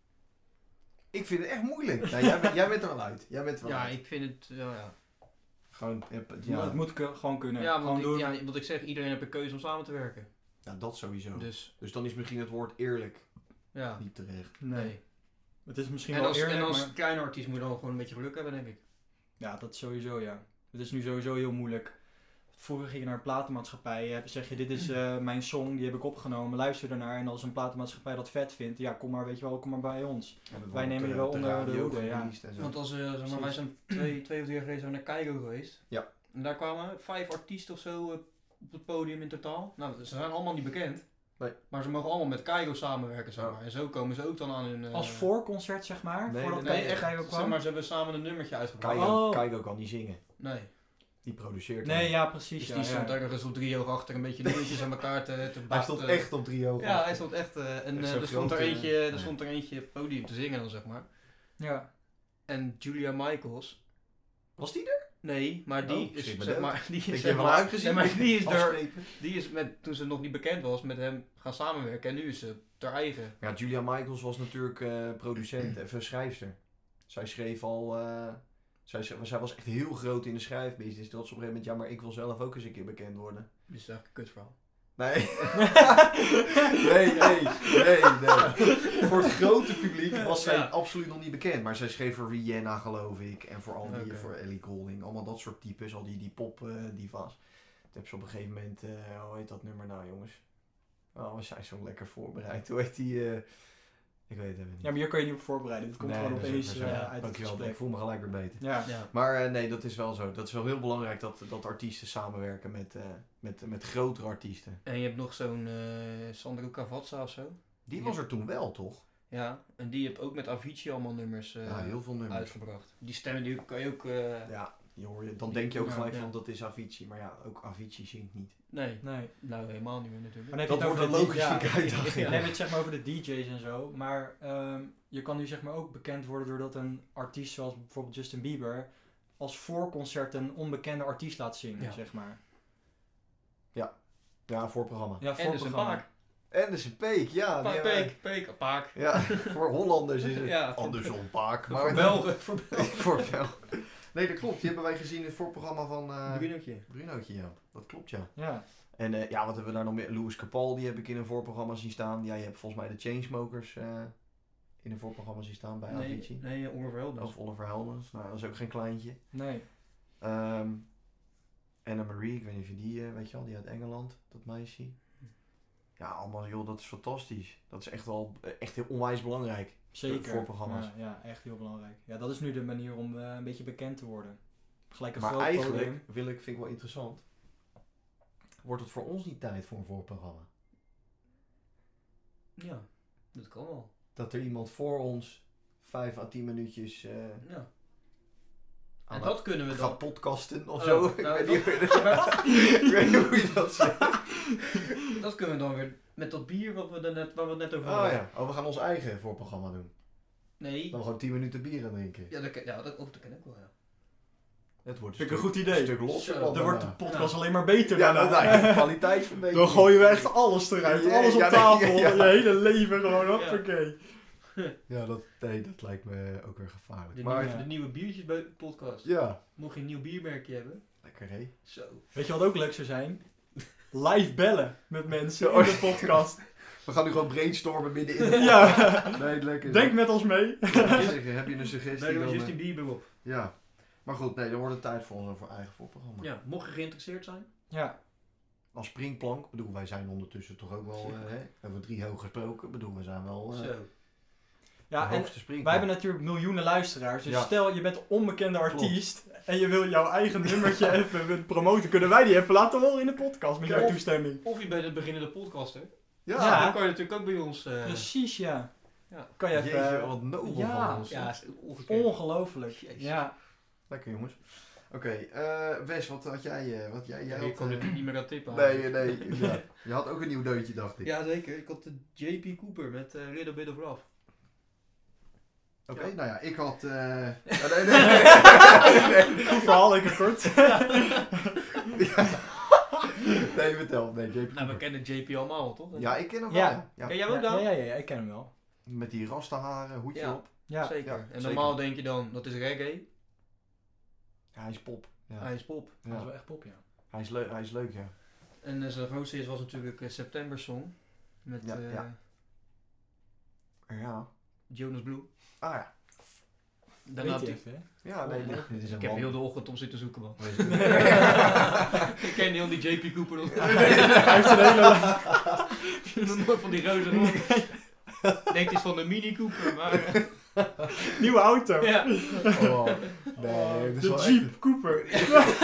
Ik vind het echt moeilijk. Nou, jij, bent, jij bent er wel uit. Jij bent er wel Ja, uit. ik vind het, ja, ja. Gewoon, ja, Ja. Het moet k- gewoon kunnen. Ja, gewoon want doen. ik, ja, wat ik zeg, iedereen heeft een keuze om samen te werken. ja, dat sowieso. Dus, Dus dan is misschien het woord eerlijk ja. niet terecht. Nee. Nee. Het is misschien En wel als, eerlijk, en als maar... kleine artiest moet je dan gewoon een beetje geluk hebben, denk ik. Ja, dat sowieso, ja. Het is nu sowieso heel moeilijk. Vroeger ging je naar een platenmaatschappij, heb- zeg je, dit is uh, mijn song, die heb ik opgenomen, luister ernaar. En als een platenmaatschappij dat vet vindt, ja, kom maar, weet je wel, kom maar bij ons. En het Wij wordt, nemen je uh, wel op onder de radio hoede, ja. gereleased en zo. Want als, uh, zeg maar, wij Precies. zijn twee, twee of drie jaar geleden zijn we naar Keigo geweest. Ja. En daar kwamen vijf artiesten of zo uh, op het podium in totaal. Nou, ze zijn allemaal niet bekend. Nee. Maar ze mogen allemaal met Keigo samenwerken, zeg Ja. maar. En zo komen ze ook dan aan hun... uh, Als voorconcert, zeg maar, Nee, voordat nee, Nee, Keigo echt, Keigo zeg kwam. maar, ze hebben samen een nummertje uitgebracht. Keigo, Oh. Keigo kan niet zingen. Nee. Die produceert Nee, hem. ja, precies. Dus ja, die ja. stond ergens op drie oog achter een beetje nummertjes aan elkaar te, te Hij stond baten. echt op drie ogen. Ja, hij stond echt... uh, en Echt uh, zo'n er, stond er, grote- eentje, er ja. stond er eentje op het podium te zingen dan, zeg maar. Ja. En Julia Michaels... Was die er? Nee, maar die Oh, is, schrik me zeg dood. maar, die Ik is, heb zeg hem al maar, uitgezien. nee, maar die is, er, Afstrepen. die is met, toen ze nog niet bekend was, met hem gaan samenwerken en nu is ze ter eigen. Ja, Julia Michaels was natuurlijk uh, producent, even schrijfster. Zij schreef al... Uh, zij, zij was echt heel groot in de schrijfbusiness. Dat ze op een gegeven moment, ja, maar ik wil zelf ook eens een keer bekend worden. Dus is eigenlijk een kutverhaal. Nee. nee, nee, nee, nee. Voor het grote publiek was zij Ja. absoluut nog niet bekend. Maar zij schreef voor Rihanna, geloof ik. En voor al die, Oké. voor Ellie Goulding. Allemaal dat soort types, al die, die pop uh, diva's. Toen heb ze op een gegeven moment, uh, hoe heet dat nummer nou, jongens? Oh, we zijn zo lekker voorbereid. Hoe heet die? Uh, ik weet het even niet. Ja, maar hier kan je niet op voorbereiden. Het komt Nee, gewoon dat is opeens ook weer uh, zo. uit het Dankjewel, gesprek. ik voel me gelijk weer beter. Ja. Ja. Maar uh, nee, dat is wel zo. Dat is wel heel belangrijk dat, dat artiesten samenwerken met, uh, met, met grotere artiesten. En je hebt nog zo'n uh, Sandro Cavazza of zo. Die was er toen wel, toch? Ja, en die heeft ook met Avicii allemaal nummers uh, Ja, heel veel nummers. uitgebracht. Die stemmen die kan je ook... Uh, Ja, die hoor je. Dan denk je ook Ja, gelijk ja. van dat is Avicii. Maar ja, ook Avicii zingt niet. nee, Nee. nou helemaal niet meer natuurlijk. Maar dan heb Dat je het wordt over een de logistieke ja. uitdaging. Dan heb je het zeg maar over de D J's en zo. Maar um, je kan nu zeg maar ook bekend worden doordat een artiest zoals bijvoorbeeld Justin Bieber als voorconcert een onbekende artiest laat zingen, Ja. zeg maar. Ja, voor programma. Ja, en dus een voorprogramma. paak. Anderson Peek, ja. die Paak, hebben wij- peek, peek, paak. Ja, voor Hollanders is het Ja, voor- Anderson Paak. Voor Belgen. Voor Belgen. voor Belgen. Nee, dat klopt. Die hebben wij gezien in het voorprogramma van uh, Brunootje. Brunootje, ja. Dat klopt, ja. Ja. En uh, ja, wat hebben we daar nog meer? Louis Capaldi heb ik in een voorprogramma zien staan. Ja, je hebt volgens mij de Chainsmokers uh, in een voorprogramma zien staan bij Nee, Avicii. nee, Oliver Heldens. Of Oliver Heldens. Nou, dat is ook geen kleintje. Nee. Um, Anna Marie, ik weet niet of je die, uh, weet je wel, die uit Engeland, dat meisje. Ja, allemaal, joh, dat is fantastisch. Dat is echt wel, echt heel onwijs belangrijk. Zeker. Voor programma's. Ja, ja, echt heel belangrijk. Ja, dat is nu de manier om uh, een beetje bekend te worden. Gelijk een Maar groot eigenlijk, podium. wil ik, vind ik wel interessant, wordt het voor ons niet tijd voor een voorprogramma? Ja, dat kan wel. Dat er iemand voor ons vijf à tien minuutjes... Uh, Ja. En dat kunnen we Ga dan. podcasten of Oh, zo. nou, ik, weet niet, dat- ik weet niet hoe je dat zegt. Dat kunnen we dan weer met dat bier wat we er net, waar we het net over Oh hadden. ja, oh, we gaan ons eigen voorprogramma doen. Nee. Dan gewoon tien minuten bier gaan drinken. Ja, dat, ken- ja, dat, oh, dat ken ik wel, ja. Het wordt Vind ik een stuk- goed idee. Een stuk losser. Zo. dan Dan wordt de daarna. podcast Ja. alleen maar beter. Ja, daarna. dat eigenlijk kwaliteitsverbetering. Dan gooien we echt alles eruit. Ja, alles op ja, nee, tafel. ja, ja. Je hele leven gewoon. Hoppakee. Ja, dat, nee, dat lijkt me ook weer gevaarlijk. De, Maar nieuwe, ja. de nieuwe biertjes bij de podcast. ja, Mocht je een nieuw biermerkje hebben. lekker hé. Zo. Weet je wat ook leuk zou zijn? Live bellen met mensen Oh, in de podcast. We gaan nu gewoon brainstormen midden in de... Ja. Nee, lekker. Denk met ons mee. Ja, zeker. Heb je een suggestie Daar doen we dan... Justin eh, Bieber op. Ja. Maar goed, nee, dan wordt het tijd voor ons voor eigen voorprogramma. Ja, mocht je geïnteresseerd zijn. Ja. Als springplank, bedoel, wij zijn ondertussen toch ook wel, eh, hè, hebben we drie hoog gesproken, bedoel, we zijn wel eh, Zo. Ja, de en hoogste springplank. wij hebben natuurlijk miljoenen luisteraars. Dus Ja. stel je bent een onbekende artiest en je wil jouw eigen nummertje even promoten. Kunnen wij die even laten horen in de podcast met jouw Of- toestemming? Of je bent een beginnende podcaster. Ja, Ja. Dan kan je natuurlijk ook bij ons... eh, Precies, ja. Ja. Kan je even... Jeetje, wat nobel ja. van ons. Ja, is ongekend. Ongelooflijk. Jezus. Ja. Lekker jongens. Oké, eh Wes, wat had jij, eh, wat jij, jij Ja, ik had, kon eh, natuurlijk niet meer aan tippen. nee, nee, ja. Je had ook een nieuw deuntje, dacht ik. Ja, zeker. Ik had de J P Cooper met uh, Little Bit of Love. Oké, Ja. nou ja, ik had, eh ja, nee, nee, nee, nee. Goed verhaal, lekker kort. Nee, vertel, nee, J P Nou, we Cooper. kennen J P allemaal, toch? Ja, ik ken hem wel, Ja. ja. Ja. Ken jij hem ook ja, dan? ja, ja, ja, ik ken hem wel. Met die rastaharen, hoedje Ja. op. Ja. Zeker. Ja, en zeker. normaal denk je dan, dat is reggae. Ja, hij is pop. Ja. Hij is pop. Dat is Ja. wel echt pop, ja. Hij, is leuk, hij is leuk, ja. En uh, zijn grootste hit was natuurlijk uh, September Song. Met Ja, uh, ja. Ja. Jonas Blue. Ah ja. Daarna Weet je had even, hè? Ja, nee, dit, dit is een ik heb man. heel de ochtend om zitten zoeken, man. Wees- ik ken heel die J P Cooper nog. Hij heeft een hele Nog nooit van die roze man. Denkt iets van de Mini Cooper, maar... uh, nieuwe auto. ja. Oh, nee, dit is de wel Jeep echt- Cooper. Jezus.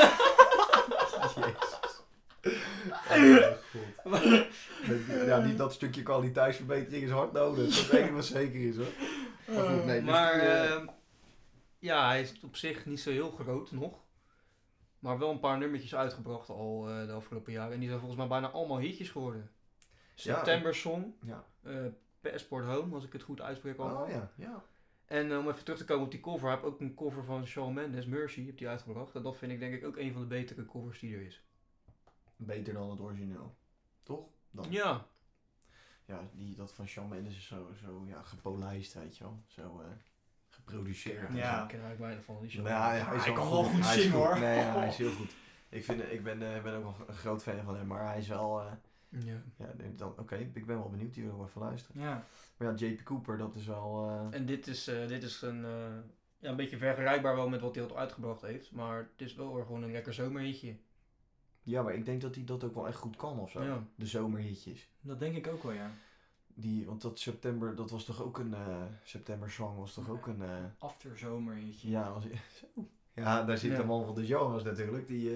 Oh, God. Ja, niet dat stukje kwaliteitsverbetering is hard nodig. Dat is het enige wat zeker is, hoor. Maar goed, nee, dus maar die, eh, uh, ja, hij is op zich niet zo heel groot nog. Maar wel een paar nummertjes uitgebracht al uh, de afgelopen jaren. En die zijn volgens mij bijna allemaal hitjes geworden. Ja, September Song, ja. uh, Passport Home, als ik het goed uitspreek allemaal. Oh ja, ja. En uh, om even terug te komen op die cover, hij heeft ook een cover van Shawn Mendes, Mercy, heeft hij uitgebracht. En dat vind ik denk ik ook een van de betere covers die er is. Beter dan het origineel. Toch? Dan. Ja, Ja, die, dat van Shawn Mendes is zo, zo ja, gepolijst, weet je wel. Zo eh, geproduceerd. ja. Ja. ik ken er eigenlijk weinig van. Die Shawn Nou, hij, Mendes. hij, is hij wel kan wel goed Hij is zingen, hoor. Nee, ja, hij is heel goed. Ik, vind, ik ben, uh, ben ook wel een groot fan van hem, maar hij is wel... Uh, Ja. ja, nee, dan Oké, okay, ik ben wel benieuwd, die wil ik wel even luisteren. Ja. Maar ja, J P Cooper, dat is wel... Uh, En dit is, uh, dit is een, uh, ja, een beetje vergelijkbaar wel met wat hij al uitgebracht heeft. Maar het is wel weer gewoon een lekker zomerhitje. ja, maar ik denk dat hij dat ook wel echt goed kan of zo. Ja. De zomerhitjes. Dat denk ik ook wel, ja. Die, want dat september, dat was toch ook een... Uh, september Song was toch ook een... Uh, Afterzomerhitje. ja, was, zo. Ja, daar zit Ja. de man van de Jonas natuurlijk, die... Uh,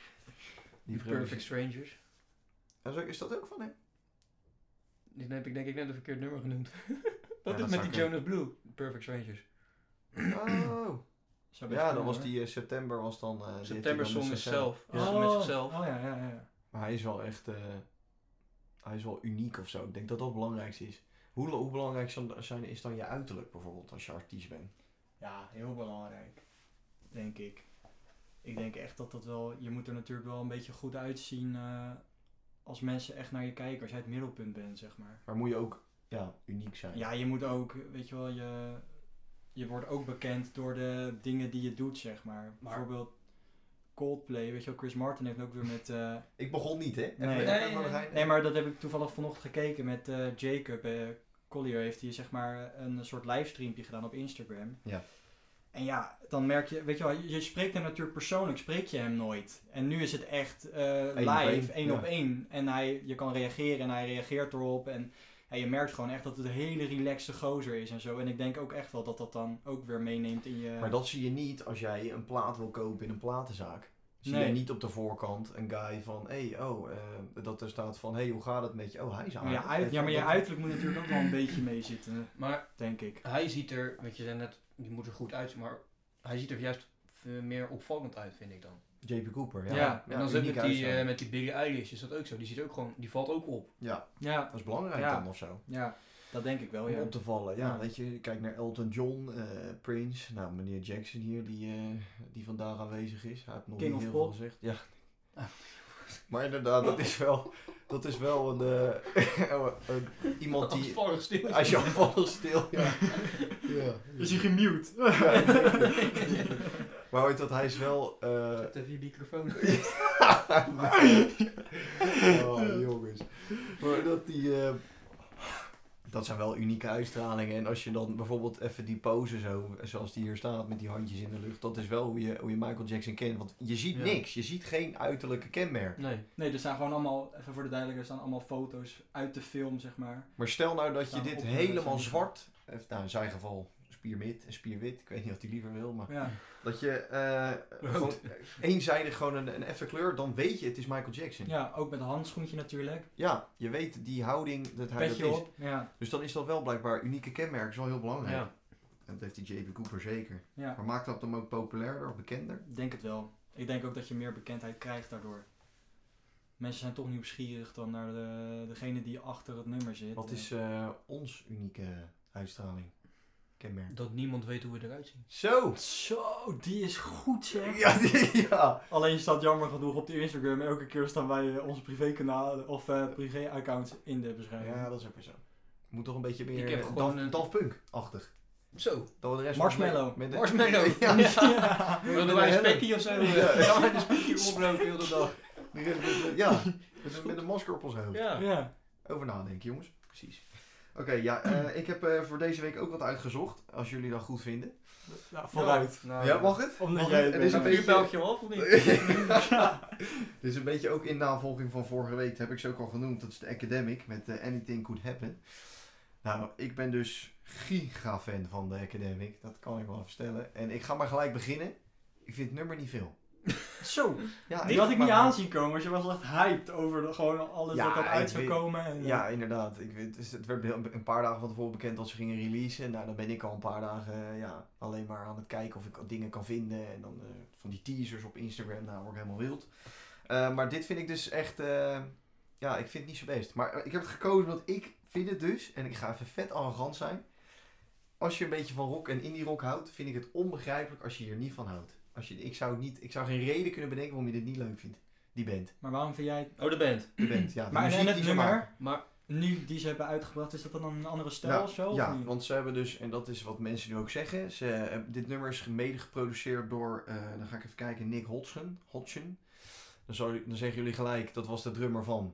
Die die Perfect Strangers. En zo, is dat ook van hem? Die heb ik denk ik net een verkeerd nummer genoemd. dat dat is met zou die kunnen. Jonas Blue. Perfect Strangers. Oh. Zou best Ja, dan kunnen, was hoor. die uh, september was dan... Uh, die heeft hij September dan met Song is zichzelf. zelf. Ja. Ja. Met zichzelf. Oh ja, ja, ja. Maar hij is wel echt... Uh, hij is wel uniek of zo. Ik denk dat dat het belangrijkste is. Hoe, hoe belangrijk zijn, is dan je uiterlijk bijvoorbeeld als je artiest bent? Ja, heel belangrijk. Denk ik. Ik denk echt dat dat wel... Je moet er natuurlijk wel een beetje goed uitzien uh, als mensen echt naar je kijken. Als jij het middelpunt bent, zeg maar. Maar moet je ook ja, uniek zijn? Ja, je moet ook, weet je wel, je, je wordt ook bekend door de dingen die je doet, zeg maar. Bijvoorbeeld Coldplay, weet je wel, Chris Martin heeft ook weer met... Uh, Ik begon niet, hè? Even, Nee. even Nee, van de nee. gein. nee, maar dat heb ik toevallig vanochtend gekeken met uh, Jacob. Uh, Collier heeft hij zeg maar een soort livestreampje gedaan op Instagram. Ja. En ja, dan merk je, weet je wel, je spreekt hem natuurlijk persoonlijk, spreek je hem nooit. En nu is het echt uh, live, één ja. op één. En hij, je kan reageren en hij reageert erop. En ja, je merkt gewoon echt dat het een hele relaxte gozer is en zo. En ik denk ook echt wel dat dat dan ook weer meeneemt in je... Maar dat zie je niet als jij een plaat wil kopen in een platenzaak. Zie Nee. je niet op de voorkant een guy van, hé, hey, oh, uh, dat er staat van, hé, hey, hoe gaat het met je? Oh, hij is Maar aardig. je uit, ja, maar je uiterlijk moet natuurlijk ook wel een beetje meezitten, Maar denk ik. hij ziet er, weet je, zei net, die moet er goed uitzien, maar hij ziet er juist uh, meer opvallend uit, vind ik dan. J P Cooper, ja. Ja, ja en dan zit uniek met die, uitstraling. uh, met die Billie Eilish is dat ook zo. Die, ziet ook gewoon, die valt ook op. Ja, Ja, dat is belangrijk Ja. dan of zo. ja, dat denk ik wel, Om ja. op te vallen. Ja, Ja. weet je, kijk naar Elton John, uh, Prince, nou meneer Jackson hier, die, uh, die vandaag aanwezig is. Hij heeft nog King niet of heel Pop. veel gezegd. Ja. Maar inderdaad, dat is wel, dat is wel een, uh, een iemand die... Afvallig stil. Als je afvallig stil, ja. ja. Is hij gemute? Maar weet dat, hij is wel... Uh... Zet even je microfoon. oh, jongens. Maar dat die... Uh... Dat zijn wel unieke uitstralingen. En als je dan bijvoorbeeld even die pose zo, zoals die hier staat, met die handjes in de lucht. Dat is wel hoe je, hoe je Michael Jackson kent. Want je ziet Ja. niks. Je ziet geen uiterlijke kenmerk. Nee. Nee, er staan gewoon allemaal, even voor de duidelijkheid, er staan allemaal foto's uit de film, zeg maar. Maar stel nou dat je Staan dit op, eh, helemaal zijn zwart... Of, nou, in zijn geval spierwit en spierwit. Ik weet niet of hij liever wil, maar... Ja, Dat je uh, gewoon eenzijdig gewoon een, een effe kleur, dan weet je het is Michael Jackson. Ja, ja ook met een handschoentje natuurlijk. je weet die houding dat hij dat Petje is. op. Ja, Dus dan is dat wel blijkbaar unieke kenmerk, is wel heel belangrijk. Ja. En dat heeft die J P Cooper zeker. ja, Maar maakt dat hem ook populairder of bekender? ik denk het wel. Ik denk ook dat je meer bekendheid krijgt daardoor. Mensen zijn toch nieuwsgierig dan naar de, degene die achter het nummer zit. Wat is uh, ons unieke uitstraling? Kenmerk. Dat niemand weet hoe we eruit zien. Zo! Zo, die is goed zeg. Ja, die, ja. Alleen staat jammer genoeg op de Instagram. Elke keer staan wij uh, onze privékanaal of uh, privé-accounts in de beschrijving. Ja, dat is ook weer zo. Moet toch een beetje meer Ik heb uh, gewoon Daft, een- Daft Punk-achtig. Zo. Dat we de rest Marshmallow. Met de, Marshmallow. Ja, Ja. Wilden wij een spekkie of zo? Ja. Gaan wij een spekkie oproken heel de dag? de rest met, met- ja, met, met een masker op ons hoofd. Ja. Ja. Over nadenken, jongens. Precies. Oké, ja, uh, ik heb uh, voor deze week ook wat uitgezocht. Als jullie dat goed vinden. Ja, vooruit. Nou, Ja, mag het? Omdat Mag jij het? het Het is bent. een Een beetje... vuurpijltje af of niet? ja. Dit is een beetje ook in navolging van vorige week. Dat heb ik ze ook al genoemd. Dat is de Academic met uh, Anything Could Happen. Nou, ik ben dus giga-fan van de Academic. Dat kan ik wel vertellen. En ik ga maar gelijk beginnen. Ik vind het nummer niet veel. Zo, Ja, die had ik maar- niet aanzien komen. Want je was echt hyped over de, gewoon alles Ja, wat dat uit ik zou weet- komen. En, Ja, inderdaad. Ik weet, dus het werd een paar dagen van tevoren bekend dat ze gingen releasen. Nou, dan ben ik al een paar dagen uh, ja, alleen maar aan het kijken of ik dingen kan vinden. En dan uh, van die teasers op Instagram, nou word ik helemaal wild. Uh, maar dit vind ik dus echt, uh, ja, ik vind het niet zo best. Maar uh, ik heb het gekozen omdat ik vind het dus, en ik ga even vet arrogant zijn. Als je een beetje van rock en indie rock houdt, vind ik het onbegrijpelijk als je hier niet van houdt. Als je, ik, zou niet, ik zou geen reden kunnen bedenken waarom je dit niet leuk vindt. Die band. Maar waarom vind jij het... Oh, de band. De band, ja. de Maar en muziek het die ze nummer, maken. Maar nu die ze hebben uitgebracht, is dat dan een andere stijl Ja, of zo? ja, of niet? want ze hebben dus, en dat is wat mensen nu ook zeggen, ze, uh, dit nummer is mede geproduceerd door, uh, dan ga ik even kijken, Nick Hodgson. Hodgson. Dan, zou, dan zeggen jullie gelijk, dat was de drummer van...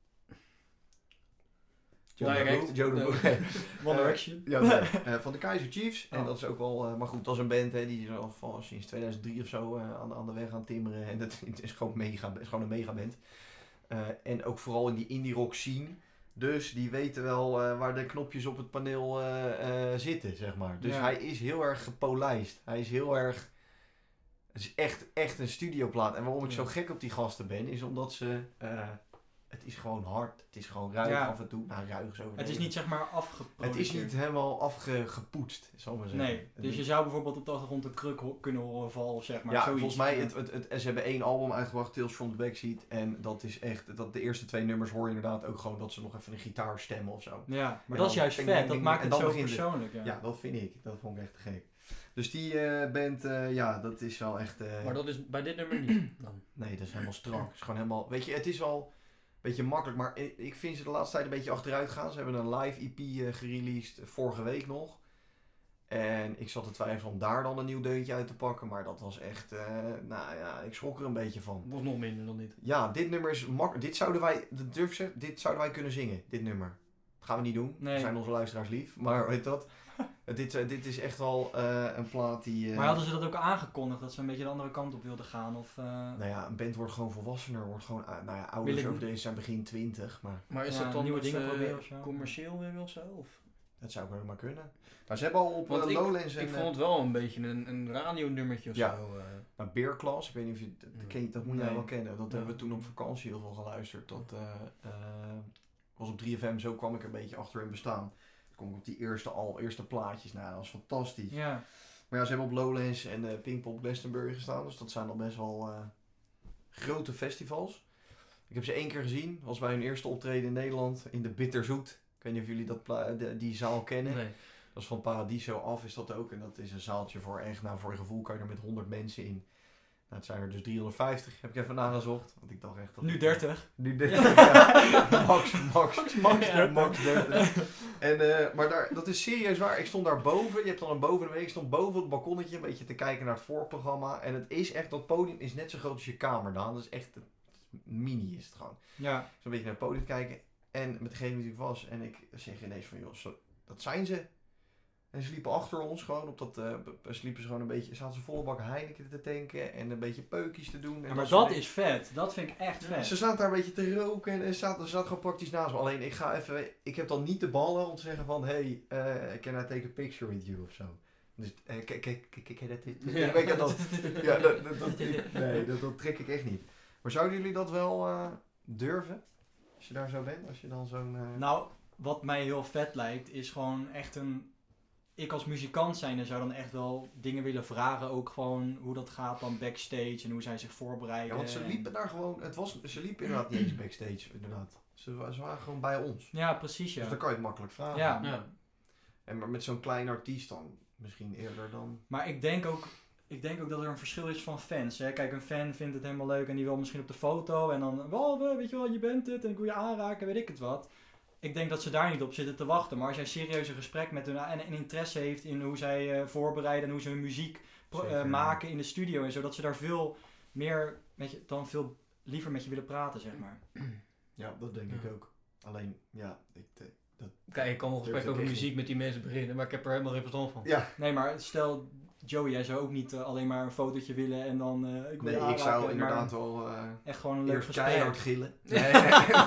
Joe Direct. DeBoo- Joe No. DeBoo. One Eh, Direction. Ja, nee, uh, van de Kaiser Chiefs. En Oh. dat is ook wel, uh, maar goed, dat is een band hè, die is al van sinds tweeduizend drie of zo uh, aan, aan de weg aan timmeren. En dat het is gewoon, mega, is gewoon een megaband. Uh, en ook vooral in die indie rock scene. Dus die weten wel uh, waar de knopjes op het paneel uh, uh, zitten, zeg maar. Dus Ja. hij is heel erg gepolijst. Hij is heel erg... Het is echt, echt een studioplaat. En waarom ik Ja. zo gek op die gasten ben, is omdat ze... Uh, het is gewoon hard. Het is gewoon ruig Ja. af en toe. Nou, ruig is over. Het is niet zeg maar afgeproduceerd. Het is niet helemaal afgepoetst, zal ik maar zeggen. Nee, Het dus is- je zou bijvoorbeeld op de achtergrond een kruk ho- kunnen horen vallen, zeg maar. ja, zoiets. volgens mij, het, het, het, ze hebben één album uitgebracht, Tales from the Backseat. En dat is echt, dat de eerste twee nummers hoor je inderdaad ook gewoon dat ze nog even een gitaar stemmen of zo. Ja, maar En dat is dan juist ding, vet. ding, Dat ding, maakt en het dan zo begint het. persoonlijk. Ja. Ja, dat vind ik. Dat vond ik echt te gek. Dus die uh, band, uh, ja, dat is wel echt... Uh, Maar dat is bij dit nummer niet dan. Nee, dat is helemaal strak. Het is gewoon helemaal... Weet je, het is wel een beetje makkelijk, maar ik, ik vind ze de laatste tijd een beetje achteruit gaan. Ze hebben een live E P uh, gereleased, uh, vorige week nog. En ik zat te twijfelen om daar dan een nieuw deuntje uit te pakken, maar dat was echt... Uh, nou ja, ik schrok er een beetje van. Het was nog minder dan dit. Ja, dit nummer is makkelijk. Dit zouden wij, dat durf ik zeggen, dit zouden wij kunnen zingen, dit nummer. Dat gaan we niet doen. Nee. We zijn onze luisteraars lief, maar weet dat... dit, uh, dit is echt wel uh, een plaat die... Uh, Maar hadden ze dat ook aangekondigd, dat ze een beetje de andere kant op wilden gaan? Of, uh... Nou ja, een band wordt gewoon volwassener, wordt gewoon, uh, nou ja, ouders Willen- over deze zijn begin twintig, maar Maar is Ja, dat dan nieuwe dat dingen ze proberen of zo? commercieel willen of zo? Of? dat zou ook maar kunnen. Maar ze hebben al op Want uh, ik, Lowlands en... ik uh, vond het wel een beetje een, een radionummertje of Ja. zo. Uh. nou, Beer Class, ik weet niet of je... Dat, dat, ken je- dat moet jij Nee. wel kennen. Dat Ja. hebben we toen op vakantie heel veel geluisterd. Dat uh, uh, was op drie F M, zo kwam ik een beetje achter hun bestaan. Toen kom ik op die eerste, al, eerste plaatjes, nou dat was fantastisch. Ja. Maar ja, ze hebben op Lowlands en uh, Pinkpop Glastonbury gestaan. Dus dat zijn al best wel uh, grote festivals. Ik heb ze één keer gezien. Dat was bij hun eerste optreden in Nederland. In de Bitterzoet. Ik weet niet of jullie dat pla- de, die zaal kennen. Nee. Dat is van Paradiso af is dat ook. En dat is een zaaltje voor echt, nou voor je gevoel kan je er met honderd mensen in. Nou, het zijn er dus driehonderdvijftig, heb ik even nagezocht. Want ik dacht echt dat... Nu dertig. Nu dertig, ja. Max, max. Max Ja, max dertig. En, uh, maar daar, dat is serieus waar. Ik stond daar boven. Je hebt dan een boven Ik stond boven het balkonnetje een beetje te kijken naar het voorprogramma. En het is echt, dat podium is net zo groot als je kamer, Daan. Dat is echt, mini is het gewoon. Ja. Zo'n beetje naar het podium kijken. En met degene die ik was. En ik zeg ineens van, joh, zo, dat zijn ze. En ze liepen achter ons gewoon op dat, uh, ze liepen ze gewoon een beetje, zaten ze volle bak Heineken te tanken en een beetje peukjes te doen. En Ja, maar soort dat dingen. is vet. Dat vind ik echt vet. Ze zaten daar een beetje te roken en ze zaten, ze zaten gewoon praktisch naast me. Alleen ik ga even, ik heb dan niet de ballen om te zeggen van, hey, uh, can I take a picture with you of zo. Dus, uh, kijk, kijk, kijk, kijk, dat, Ja. weet je dat, ja, dat, dat, dat, nee, dat, dat trek ik echt niet. Maar zouden jullie dat wel uh, durven? Als je daar zo bent, als je dan zo'n... Uh... Nou, wat mij heel vet lijkt, is gewoon echt een... Ik als muzikant zijnde zou dan echt wel dingen willen vragen. Ook gewoon hoe dat gaat dan backstage en hoe zij zich voorbereiden. Ja, want ze liepen daar gewoon, het was, ze liepen inderdaad niet eens backstage, inderdaad. Ze, wa- ze waren gewoon bij ons. Ja, precies ja. Dus dan kan je het makkelijk vragen. Ja. Ja. En maar met zo'n klein artiest dan, misschien eerder dan... Maar ik denk ook... Ik denk ook dat er een verschil is van fans. Hè? Kijk, een fan vindt het helemaal leuk en die wil misschien op de foto. En dan, wow, weet je wel, je bent het en ik wil je aanraken, weet ik het wat. Ik denk dat ze daar niet op zitten te wachten. Maar als jij serieus een gesprek met hun en, en interesse heeft in hoe zij uh, voorbereiden en hoe ze hun muziek pro- uh, Zeker, maken in de studio en zo. Dat ze daar veel meer met je, dan veel liever met je willen praten, zeg maar. Ja, dat denk Ja. ik ook. Alleen, ja, ik... eh, dat... Kijk, ik kan wel een gesprek Durf ik over echt muziek met die mensen beginnen, maar ik heb er helemaal geen verstand van. Ja, Nee, maar stel, Joey, jij zou ook niet uh, alleen maar een fotootje willen en dan uh, ik wil nee, je ik zou aanraken, inderdaad maar wel uh, echt gewoon een leuk eerst gesprek. keihard gillen. Nee, nee,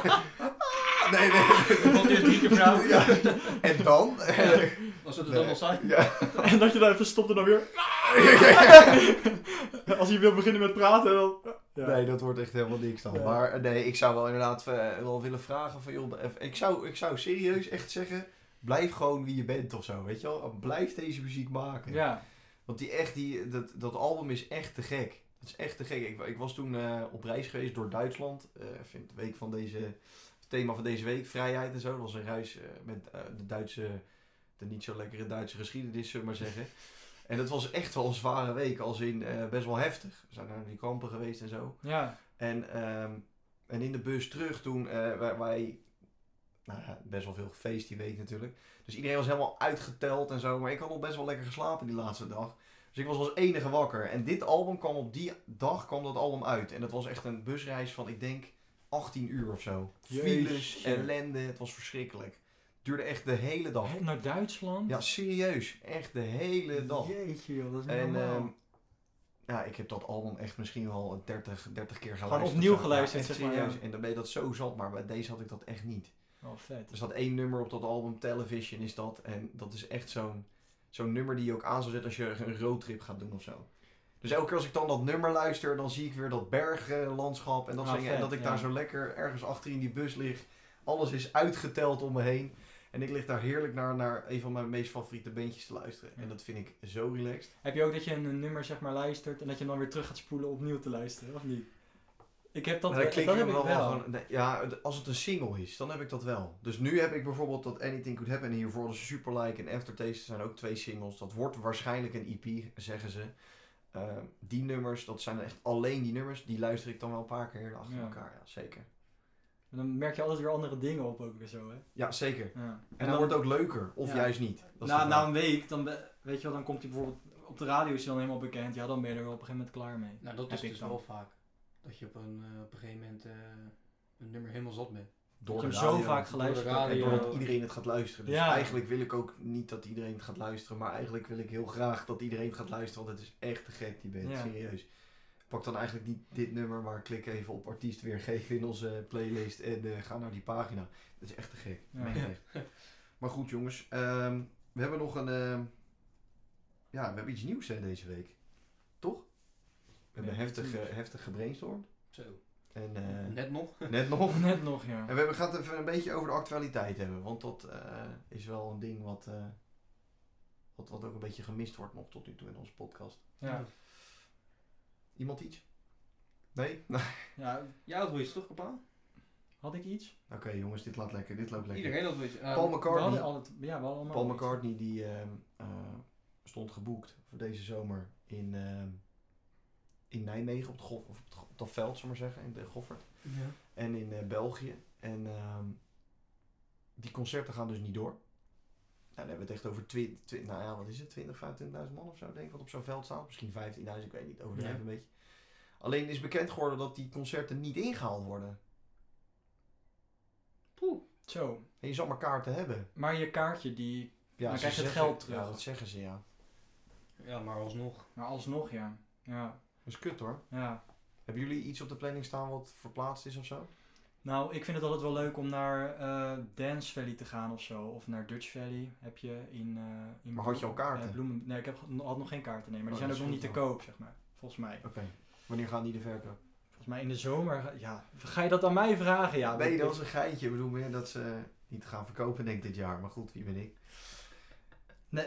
nee. nee, Want eerst drie keer vrouw. Ja. En dan? Ja. Als we het Nee. dan al zijn. Ja. En dat je dan even stopt en dan weer... Als je wil beginnen met praten, dan... Ja. Nee, dat wordt echt helemaal niks dan. Ja. Maar nee, ik zou wel inderdaad uh, wel willen vragen van, joh, ik zou, ik zou serieus echt zeggen, blijf gewoon wie je bent of zo, weet je wel. Blijf deze muziek maken. Ja. Want die echt, die, dat, dat album is echt te gek. Dat is echt te gek. Ik, ik was toen uh, op reis geweest door Duitsland. Uh, ik vind de week van deze, het thema van deze week, vrijheid en zo. Dat was een reis uh, met uh, de Duitse, de niet zo lekkere Duitse geschiedenis, zullen we maar zeggen. En dat was echt wel een zware week, als in uh, best wel heftig. We zijn naar die kampen geweest en zo. Ja. En, um, en in de bus terug toen, uh, wij, wij nou ja, best wel veel gefeest die week natuurlijk. Dus iedereen was helemaal uitgeteld en zo. Maar ik had nog best wel lekker geslapen die laatste dag. Dus ik was als enige wakker. En dit album kwam op die dag kwam dat album uit. En dat was echt een busreis van, ik denk, achttien uur of zo. Files, Jeetje. ellende, het was verschrikkelijk. Het duurde echt de hele dag. Hè, naar Duitsland? Ja, serieus. Echt de hele dag. Jeetje joh, dat is niet En normaal. um, ja, ik heb dat album echt misschien wel dertig, dertig keer geluisterd. Gewoon opnieuw of zo. geluisterd, Ja, echt zeg maar, serieus. ja. En dan ben je dat zo zat, maar bij deze had ik dat echt niet. Oh, vet. Er staat één nummer op dat album, Television is dat. En dat is echt zo'n, zo'n nummer die je ook aan zou zetten als je een roadtrip gaat doen of zo. Dus elke keer als ik dan dat nummer luister, dan zie ik weer dat berglandschap en dat Ah, soort dingen. En vet, dat ik ja. daar zo lekker ergens achter in die bus lig. Alles is uitgeteld om me heen. En ik lig daar heerlijk naar, naar een van mijn meest favoriete bandjes te luisteren. En dat vind ik zo relaxed. Heb je ook dat je een nummer zeg maar luistert en dat je hem dan weer terug gaat spoelen opnieuw te luisteren, of niet? Ik heb dat, Maar dan wel- klik dat ik heb hem ik wel wel. gewoon- nee, ja, d- als het een single is, dan heb ik dat wel. Dus nu heb ik bijvoorbeeld dat Anything Could Happen hiervoor. Dus Super Like en Aftertaste zijn ook twee singles. Dat wordt waarschijnlijk een E P, zeggen ze. Uh, die nummers, dat zijn echt alleen die nummers. Die luister ik dan wel een paar keer achter Ja. elkaar. Ja, zeker. En dan merk je altijd weer andere dingen op ook weer zo, hè? Ja, zeker. Ja. En, En dan wordt het ook leuker, of Ja. juist niet. Dat is na, de na vraag. een week, dan be- weet je wel, dan komt hij bijvoorbeeld op de radio is hij dan helemaal bekend. Ja, dan ben je er op een gegeven moment klaar mee. Nou, dat Heb is ik dus dan. wel vaak. Dat je op een, uh, op een gegeven moment uh, een nummer helemaal zat bent. Door Dat je de hem zo radio. vaak geluisterd Door de hebt. En radio. doordat iedereen het gaat luisteren. Dus Ja. eigenlijk wil ik ook niet dat iedereen het gaat luisteren. Maar eigenlijk wil ik heel graag dat iedereen het gaat luisteren. Want het is echt te gek, die band. Ja. Serieus. Pak dan eigenlijk niet dit nummer, maar klik even op artiest weergeven in onze playlist. En uh, ga naar die pagina. Dat is echt te gek. Ja. Meen ik echt. Maar goed jongens. Um, we hebben nog een... Uh, ja, we hebben iets nieuws hè, deze week. Toch? We hebben Ja, heftig, iets uh, nieuws. heftig gebrainstormd. Zo. En, uh, Net nog. net nog. Net nog, ja. En we hebben, gaan het even een beetje over de actualiteit hebben. Want dat uh, is wel een ding wat, uh, Wat, wat ook een beetje gemist wordt nog tot nu toe in onze podcast. Ja. Iemand iets? Nee? Nee. Ja, Jij had wel iets, toch, papa? had ik iets? Oké jongens, dit laat lekker. Dit loopt lekker. Iedereen had wel iets. Uh, Paul We McCartney, hadden altijd, ja, we hadden allemaal Paul iets. McCartney die ehm, eh, stond geboekt voor deze zomer in, ehm, in Nijmegen op het, Gof, of op, het, Go- op dat veld, zullen we maar zeggen, in de Goffert. ja. En in eh, België. En ehm, die concerten gaan dus niet door. Nou, dan hebben we het echt over twi- twi- nou ja, wat is het? twintig, vijfentwintigduizend man of zo, denk ik, wat op zo'n veld staat. Misschien vijftienduizend, ik weet niet, overdrijven Ja. een beetje. Alleen is bekend geworden dat die concerten niet ingehaald worden. Poeh. Zo. En je zal maar kaarten hebben. Maar je kaartje, die... Ja, Dan ze krijg je het zeggen- geld terug. Ja, dat zeggen ze, ja. Ja, maar alsnog. Maar alsnog, ja. Ja. Dat is kut hoor. Ja. Hebben jullie iets op de planning staan wat verplaatst is of zo? Nou, ik vind het altijd wel leuk om naar eh, Dance Valley te gaan of zo. Of naar Dutch Valley heb je in... eh in Maar had je al kaarten? eh, Bloemen, nee, ik heb, had nog geen kaarten, nee. Maar die Oh, zijn dat ook nog is niet te goed koop, zeg maar. Volgens mij. Oké. Wanneer gaan die de verkoop? Volgens mij in de zomer... ga- Ja, ga je dat aan mij vragen? Ja, nee, dat- dat was een geintje. Ik bedoel meer dat ze niet gaan verkopen denk ik dit jaar. Maar goed, wie ben ik? Nee.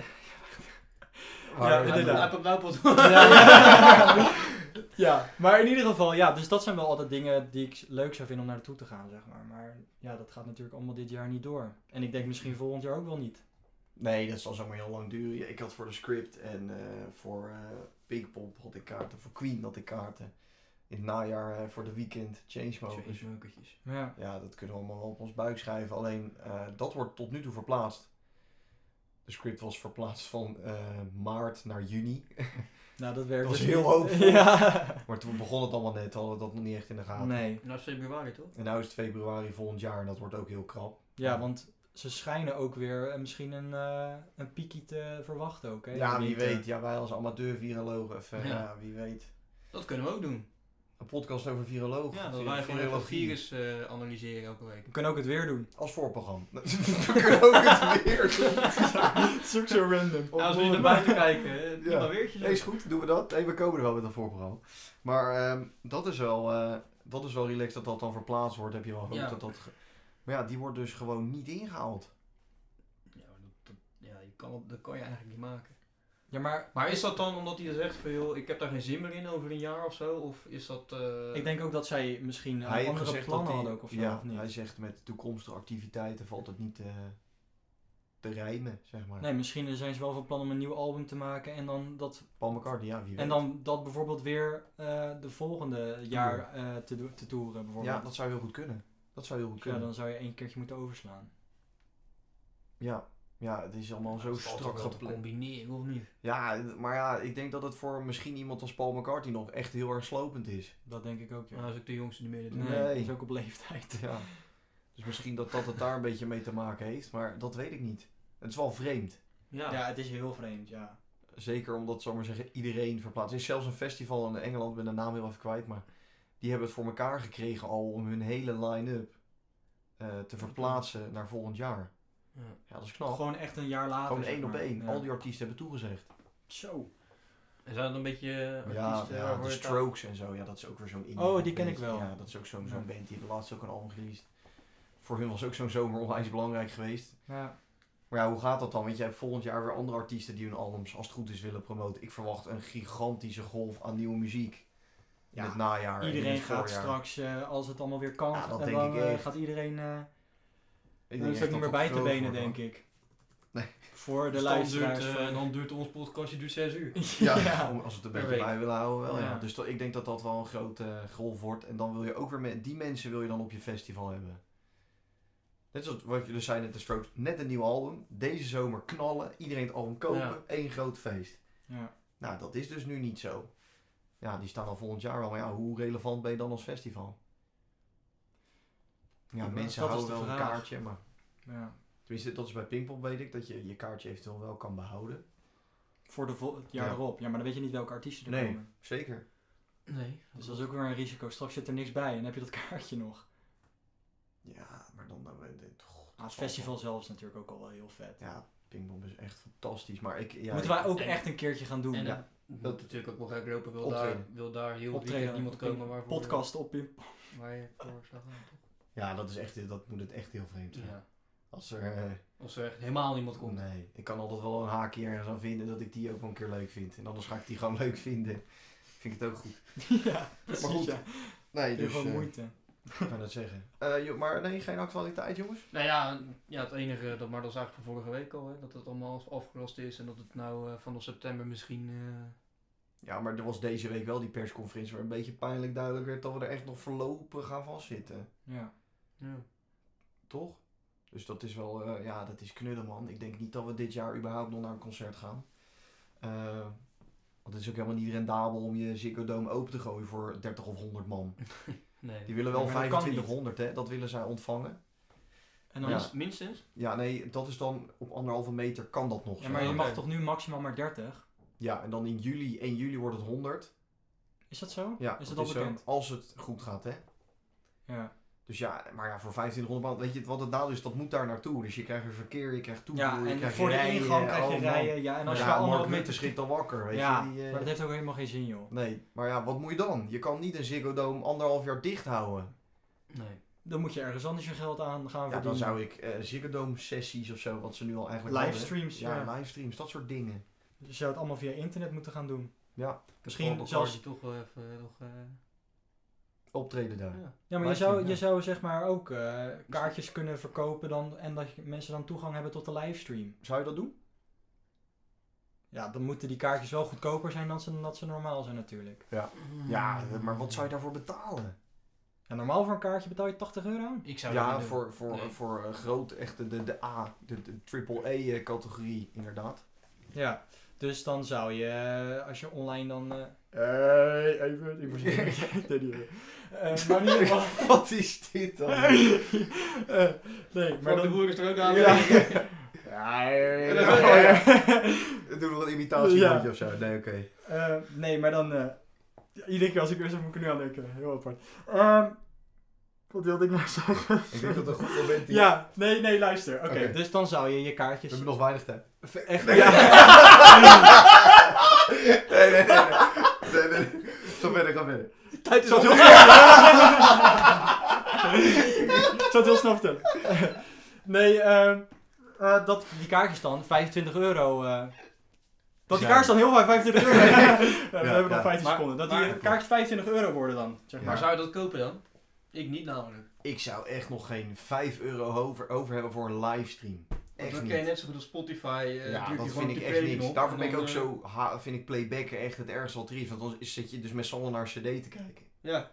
Maar, Ja, eh, inderdaad. Hij heeft een Ja, ja. Ja, maar in ieder geval, ja, dus dat zijn wel altijd dingen die ik leuk zou vinden om naartoe te gaan, zeg maar. Maar ja, dat gaat natuurlijk allemaal dit jaar niet door. En ik denk misschien volgend jaar ook wel niet. Nee, dat zal zomaar heel lang duren. Ik had voor de script en eh, voor uh, Pinkpop had ik kaarten. Voor Queen had ik kaarten. In het najaar eh, voor de Weekend, Chainsmokers. Chainsmokertjes. Ja. Ja, dat kunnen we allemaal wel op ons buik schrijven. Alleen, uh, dat wordt tot nu toe verplaatst. De script was verplaatst van uh, maart naar juni. Nou, dat werkt Dat was dus heel niet. hoopvol. Ja. Maar toen begon het allemaal net, hadden we dat nog niet echt in de gaten. Nee. Nou is februari toch? En nu is het februari volgend jaar en dat wordt ook heel krap. Ja, want ze schijnen ook weer eh, misschien een, uh, een piekje te verwachten ook, hè? Ja, in de wie winter. weet. Ja, wij als amateur-virologen. Even, ja. Ja. wie weet. Dat kunnen we ook doen. Een podcast over virologen. Ja, dat wij gewoon even het virus uh, analyseren elke week. We kunnen ook het weer doen. Als voorprogramma. We kunnen ook het weer doen. Het is ook zo random. Ja, als we hier naar buiten kijken, doe Ja. maar weertjes. Nee, is goed. Doen we dat. Nee, we komen er wel met een voorprogramma. Maar um, dat is wel... Uh, dat is wel relaxed dat dat dan verplaatst wordt. Heb je wel hoop Ja. dat dat... Ge- maar ja, die wordt dus gewoon niet ingehaald. Ja, maar dat, dat, ja je kan, het- dat kan je eigenlijk niet maken. Ja, maar Maar is dat dan omdat hij zegt van joh, ik heb daar geen zin meer in over een jaar of zo? Of is dat... Uh... ik denk ook dat zij misschien uh, Hij heeft andere gezegd plannen dat hij, hadden ook of zo, ja, of niet? hij zegt met toekomstige activiteiten valt het niet uh, te rijmen, zeg maar. Nee, misschien zijn ze wel van plan om een nieuw album te maken en dan dat, Paul McCartney, ja, wie weet. en dan dat bijvoorbeeld weer uh, de volgende jaar uh, te, do- te toeren bijvoorbeeld. Ja, dat zou heel goed kunnen. Dat zou heel goed Ja, kunnen. dan zou je één keertje moeten overslaan. Ja, ja, het is allemaal zo Het valt strak ook wel te gepland. combineren of niet? Ja, maar ja, ik denk dat het voor misschien iemand als Paul McCartney nog echt heel erg slopend is. Dat denk ik ook, ja. Nou, dat is ook de jongste die meer Nee, doen. Nee. dat is ook op leeftijd. Ja. Dus misschien dat dat het daar een beetje mee te maken heeft, maar dat weet ik niet. Het is wel vreemd. Ja. Ja, het is heel vreemd, ja. Zeker omdat, zal ik maar zeggen, iedereen verplaatst. Er is zelfs een festival in Engeland, ik ben de naam heel even kwijt, maar die hebben het voor elkaar gekregen al om hun hele line-up uh, te verplaatsen naar volgend jaar. Ja. Ja, dat is knap. Gewoon echt een jaar later. Gewoon zeg één op maar. één. Ja. Al die artiesten hebben toegezegd. Zo. En zijn dat een beetje uh, Ja, artiesten ja waarvoor de je het Strokes en zo. Ja, dat is ook weer zo'n indie Oh, die ken band. ik wel. Ja, dat is ook zo'n zo'n Ja. band. Die hebben laatst ook een album released. Voor hun was ook zo'n zomer onwijs belangrijk geweest. Ja. Maar ja, hoe gaat dat dan? Want je hebt volgend jaar weer andere artiesten die hun albums, als het goed is, willen promoten. Ik verwacht een gigantische golf aan nieuwe muziek. In Ja, het najaar. en in Iedereen het gaat voorjaar. straks, uh, als het allemaal weer kan, Ja, dat en denk dan ik uh, echt. gaat iedereen... Uh, Ik dan denk is echt het ook niet dat meer dat bij te groot benen, wordt, denk ik. Nee. Voor de Dus dan duurt, luisteraars. uh, van- dan duurt ons podcastje duurt zes uur. Ja, Ja. om- als we het een Per beetje week. bij willen houden wel. Ja. Ja. Dus to- ik denk dat dat wel een grote uh, golf wordt. En dan wil je ook weer met die mensen wil je dan op je festival hebben. Net zoals wat je dus zei net de Strokes. Net een nieuw album. Deze zomer knallen. Iedereen het album kopen. Ja. Eén groot feest. Ja. Nou, dat is dus nu niet zo. Ja, die staan al volgend jaar wel. Maar ja, hoe relevant ben je dan als festival? Ja, Ja, mensen dat is houden de wel een vraag. kaartje. Maar Ja. tenminste, dat is bij Pinkpop weet ik. Dat je je kaartje eventueel wel kan behouden. Voor de vol- het jaar Ja. erop. Ja, maar dan weet je niet welke artiesten er Nee, komen. zeker. Nee. Dus dat is ook weer een risico. Straks zit er niks bij en dan heb je dat kaartje nog. Ja, maar dan... dan God, Ah, het festival zelf is natuurlijk ook al wel heel vet. Ja, Pinkpop is echt fantastisch. Maar ik... Ja, Moeten wij ook en- echt een keertje gaan doen. En ja. ja, dat natuurlijk ook wel gek lopen. Wil daar, Optreden. wil daar heel het Optreden. weekend niemand op een komen waarvoor podcast op in. waar je voor zou gaan. Toch? Ja, dat is echt... Dat moet het echt heel vreemd zijn. Ja. Als er... Uh, Als er echt helemaal niemand komt. Nee, ik kan altijd wel een haakje ergens aan vinden dat ik die ook wel een keer leuk vind. En anders ga ik die gewoon leuk vinden. Vind ik het ook goed. Ja, precies, maar goed. Ja. Nee, Doe dus... gewoon Uh, moeite. ik kan dat zeggen. Uh, joh, maar nee, geen actualiteit, jongens? Nou ja, ja, het enige, dat, maar dat is eigenlijk van vorige week al, hè, dat het allemaal afgelast is en dat het nou uh, vanaf september misschien... Uh... Ja, maar er was deze week wel die persconferentie waar een beetje pijnlijk duidelijk werd dat we er echt nog voorlopig gaan vastzitten. Ja. Ja. Toch? Dus dat is wel, uh, ja, dat is knudden, man. Ik denk niet dat we dit jaar überhaupt nog naar een concert gaan. Uh, want het is ook helemaal niet rendabel om je Ziggo Dome open te gooien voor dertig of honderd man. Nee. Die willen wel Ja, maar dat kan vijfentwintighonderd, hè. Dat willen zij ontvangen. En dan Ja. is, Minstens? Ja, nee, dat is dan op anderhalve meter kan dat nog. ja, zo. maar je Oké. mag toch nu maximaal maar dertig? Ja, en dan in juli, één juli wordt het honderd. Is dat zo? Ja, is dat al zo, bekend? als het goed gaat, hè. Ja. Dus ja, maar ja, voor vijfentwintighonderd man, weet je wat het nadeel is? Dat moet daar naartoe. Dus je krijgt er verkeer, je krijgt toevoer, Ja, je en krijgt voor de rijen, ingang krijg je oh, man. rijen. Ja, en als ja, je Mark anderhalf Rutte meter... schiet al wakker, weet Ja, je. Die, uh... maar dat heeft ook helemaal geen zin, joh. Nee, maar ja, wat moet je dan? Je kan niet een Ziggo Dome anderhalf jaar dicht houden. Nee. Dan moet je ergens anders je geld aan gaan Ja, verdienen. dan zou ik uh, Ziggo Dome sessies of zo, wat ze nu al eigenlijk Livestreams, hadden. ja. Ja, livestreams, dat soort dingen. Dus je zou het allemaal via internet moeten gaan doen. Ja, Misschien Paul zelfs... McCartney toch wel even nog... Uh... optreden daar. Ja. Ja, maar je Livestream, zou, ja. je zou zeg maar ook uh, kaartjes kunnen verkopen dan, en dat je, mensen dan toegang hebben tot de livestream. Zou je dat doen? Ja, dan moeten die kaartjes wel goedkoper zijn dan ze, dat ze normaal zijn natuurlijk. Ja, maar wat zou je daarvoor betalen? En normaal voor een kaartje betaal je tachtig euro? Ik zou dat Ja, niet doen. voor, voor, Nee. voor uh, groot, echt de, de, de A, de, de triple A categorie, inderdaad. Ja, dus dan zou je, uh, als je online dan... Uh... Hey, even, ik moest even... uh, maar in ieder geval... Wat is dit dan? uh, nee, maar Maar de dan... boer is er ook aan. Ja. Ja, ja, ja. Doe nog een imitatiebordje of zo. Nee, oké. Uh, nee, maar dan... Uh, iedere keer als ik weer zo moet ik er nu aan denken. Heel apart. Um, wat wilde ik nou zeggen? Ik denk dat het een goed moment is. Ja, nee, nee, luister. Oké, okay, Oké. dus dan zou je je We kaartjes... hebben nog weinig tijd. Echt, Nee. ja. Nee, nee, nee. nee, nee, nee. Ga verder, ga verder. Tijd is Zal op. het heel snel Ik zal het heel snel vertellen. Nee, uh, uh, dat die kaartjes dan vijfentwintig euro... Uh, dat die Ja. kaartjes dan heel vaak vijfentwintig euro... ja, we Ja, hebben nog ja. vijftien Maar- seconden. Dat maar- die kaartjes vijfentwintig euro worden dan, zeg Ja. Maar maar. zou je dat kopen dan? Ik niet namelijk. Ik zou echt nog geen vijf euro over, over hebben voor een livestream. Want Echt dan niet. ken je net zo goed als Spotify. Uh, Ja, druk je dat gewoon vind ik die echt play niks. knop Daarvoor en ben ik dan, ook uh, zo, ha, vind ik playbacken echt het ergste wat er is. Want dan zit je dus met z'n allen naar een cd te kijken. Ja.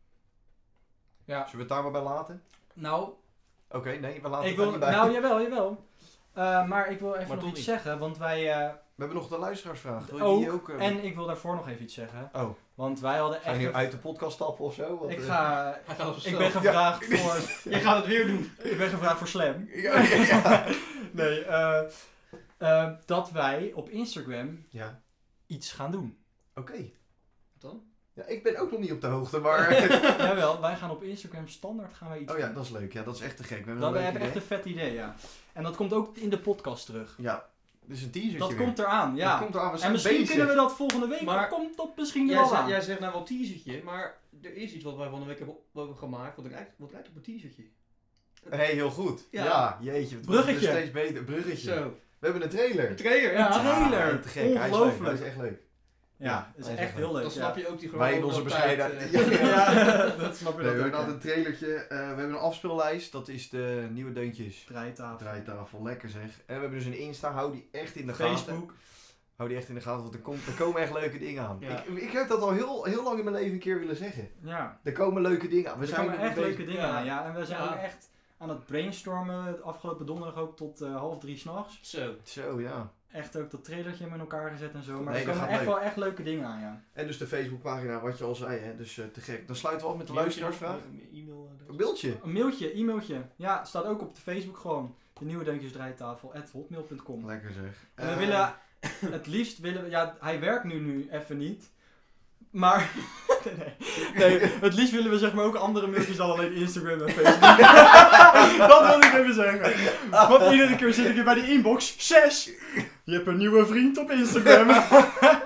Ja. Zullen we het daar maar bij laten? Nou, Oké, okay, nee, we laten ik het er wil, niet bij. nou jawel, jawel. Uh, maar ik wil even Maar nog toch iets niet. zeggen, want wij... Uh, We hebben nog de luisteraarsvraag. Wil je ook, die ook uh, en ik wil daarvoor nog even iets zeggen. Oh, Want wij hadden ga je echt... nu een- uit de podcast stappen of zo? Want, ik uh, ga... Hij gaat op Ik zichzelf. ben gevraagd voor... Je gaat het weer doen. Ik ben gevraagd voor Slam. Ja, ja, ja. Nee, uh, uh, dat wij op Instagram Ja, iets gaan doen. oké. Wat dan? Ja, ik ben ook nog niet op de hoogte, maar... Jawel, wij gaan op Instagram standaard gaan wij iets oh ja, doen. dat is leuk. Ja, dat is echt te gek. We hebben Dat, een we leuk hebben echt idee. een vet idee, ja. En dat komt ook in de podcast terug. Ja, dus een teasertje Dat weer. komt eraan, ja. Dat komt eraan. We zijn En misschien bezig. kunnen we dat volgende week, Maar- maar komt dat misschien er Jij, wel zegt- aan. jij zegt nou wel teasertje, maar er is iets wat wij van de week hebben, op- hebben gemaakt wat lijkt, wat lijkt op een teasertje. Hé, hey, heel goed. Ja, Ja. jeetje. Het Bruggetje. wordt steeds beter. Bruggetje. Zo. We hebben een trailer. Een trailer, Een ja. trailer. Ah, te gek. Hij is leuk. Ongelooflijk. Hij is echt leuk. Ja, dat is hij is echt echt heel leuk. Dan snap je ook die Wij in onze bescheiden. bescheiden... Ja, dat snap je Nee, we dat hebben ook. net een trailertje. Uh, we hebben een afspeellijst. Dat is de nieuwe deuntjes. Draaitafel. Draaitafel, lekker zeg. En we hebben dus een Insta. Hou die echt in de gaten. Facebook. Hou die echt in de gaten, want er, komt, er komen echt leuke dingen aan. Ja. Ik, ik heb dat al heel, heel lang in mijn leven een keer willen zeggen. Ja, Er komen leuke dingen aan. We er zijn komen er echt mee leuke bezig. dingen Ja. aan. Ja, en we zijn Ja. ook echt aan het brainstormen. Afgelopen donderdag ook tot uh, half drie s'nachts. Zo. Zo, ja. Echt ook dat trailertje met elkaar gezet en zo. Maar Nee, er dat komen gaat echt leuk. wel echt leuke dingen aan, ja. En dus de Facebookpagina, wat je al zei, hè. Dus uh, te gek. Dan sluiten we af met de Mailtje luisteraarsvraag. nog, een E-mail. adres. Een beeldje. Een mailtje, e-mailtje. Ja, staat ook op de Facebook gewoon. De nieuwe deuntjes draaitafel at hotmail punt com. Lekker zeg. En we Eh, willen, het liefst willen we, ja, hij werkt nu, nu even niet. Maar, nee, nee, het liefst willen we zeg maar ook andere mailtjes dan alleen Instagram en Facebook. Dat wil ik even zeggen. Want iedere keer zit ik hier bij die inbox. Zes! Je hebt een nieuwe vriend op Instagram.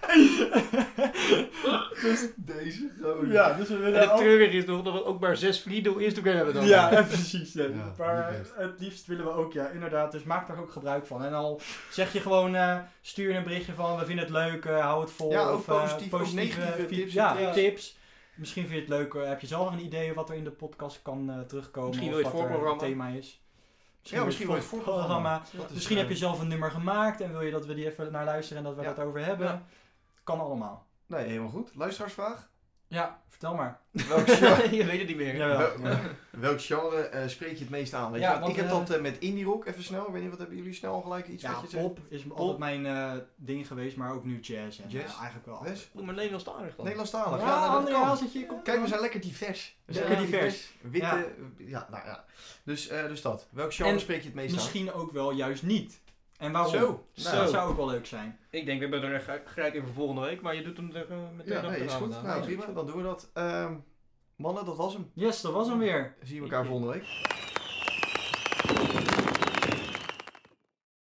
Dus, Deze gozer. ja, dus we En willen het al... treurige is nog dat we ook maar zes vrienden op Instagram hebben dan. Ja, ja, precies. Ja. Ja, maar niet best. het liefst willen we ook, ja, inderdaad. Dus maak daar ook gebruik van. En al zeg je gewoon, eh, stuur een berichtje van, we vinden het leuk, uh, hou het vol. Ja, ook of, uh, positieve, ook negatieve feed- tips en Ja, tricks. tips. Misschien vind je het leuk. uh, heb je zelf een idee wat er in de podcast kan uh, terugkomen? Misschien of wil je het wat er voorprogramma. thema is. Ja, misschien wel het voorprogramma. voorprogramma. Dat is, Misschien uh, heb je zelf een nummer gemaakt en wil je dat we die even naar luisteren en dat we Ja. dat over hebben. Ja. Kan allemaal. Nee, helemaal goed. Luisteraarsvraag. Ja, vertel maar. Welk genre, Je weet het niet meer. Jawel. wel- welk genre eh, spreek je het meest aan? Weet Ja, je? want, Ik heb eh, dat eh, met indie rock, even snel. Ik weet niet, wat hebben jullie snel gelijk iets Ja, wat je zegt? pop is altijd mijn uh, ding geweest, maar ook nu jazz. En, Jazz? ja, eigenlijk wel. Wes? Doe maar Nederlandstalig dan. Nederlandstalig. Ja, Ja, nou, dat André kan. Hazetje, kom Kijk, we zijn lekker divers. We zijn Lekker divers. Witte, Ja. ja, nou ja. Dus, eh, dus dat. Welk genre En spreek je het meest Misschien ook wel juist niet. En waarom? Zo. Zo. Nou, Dat zou ook wel leuk zijn. Ik denk, we hebben er een gelijk in voor volgende week, maar je doet hem er uh, aan? meteen Ja, nee, is achteraan goed. dan. Nou, prima. Dan doen we dat. Ehm, mannen, dat was hem. Yes, dat was hem weer. Zien we elkaar volgende week.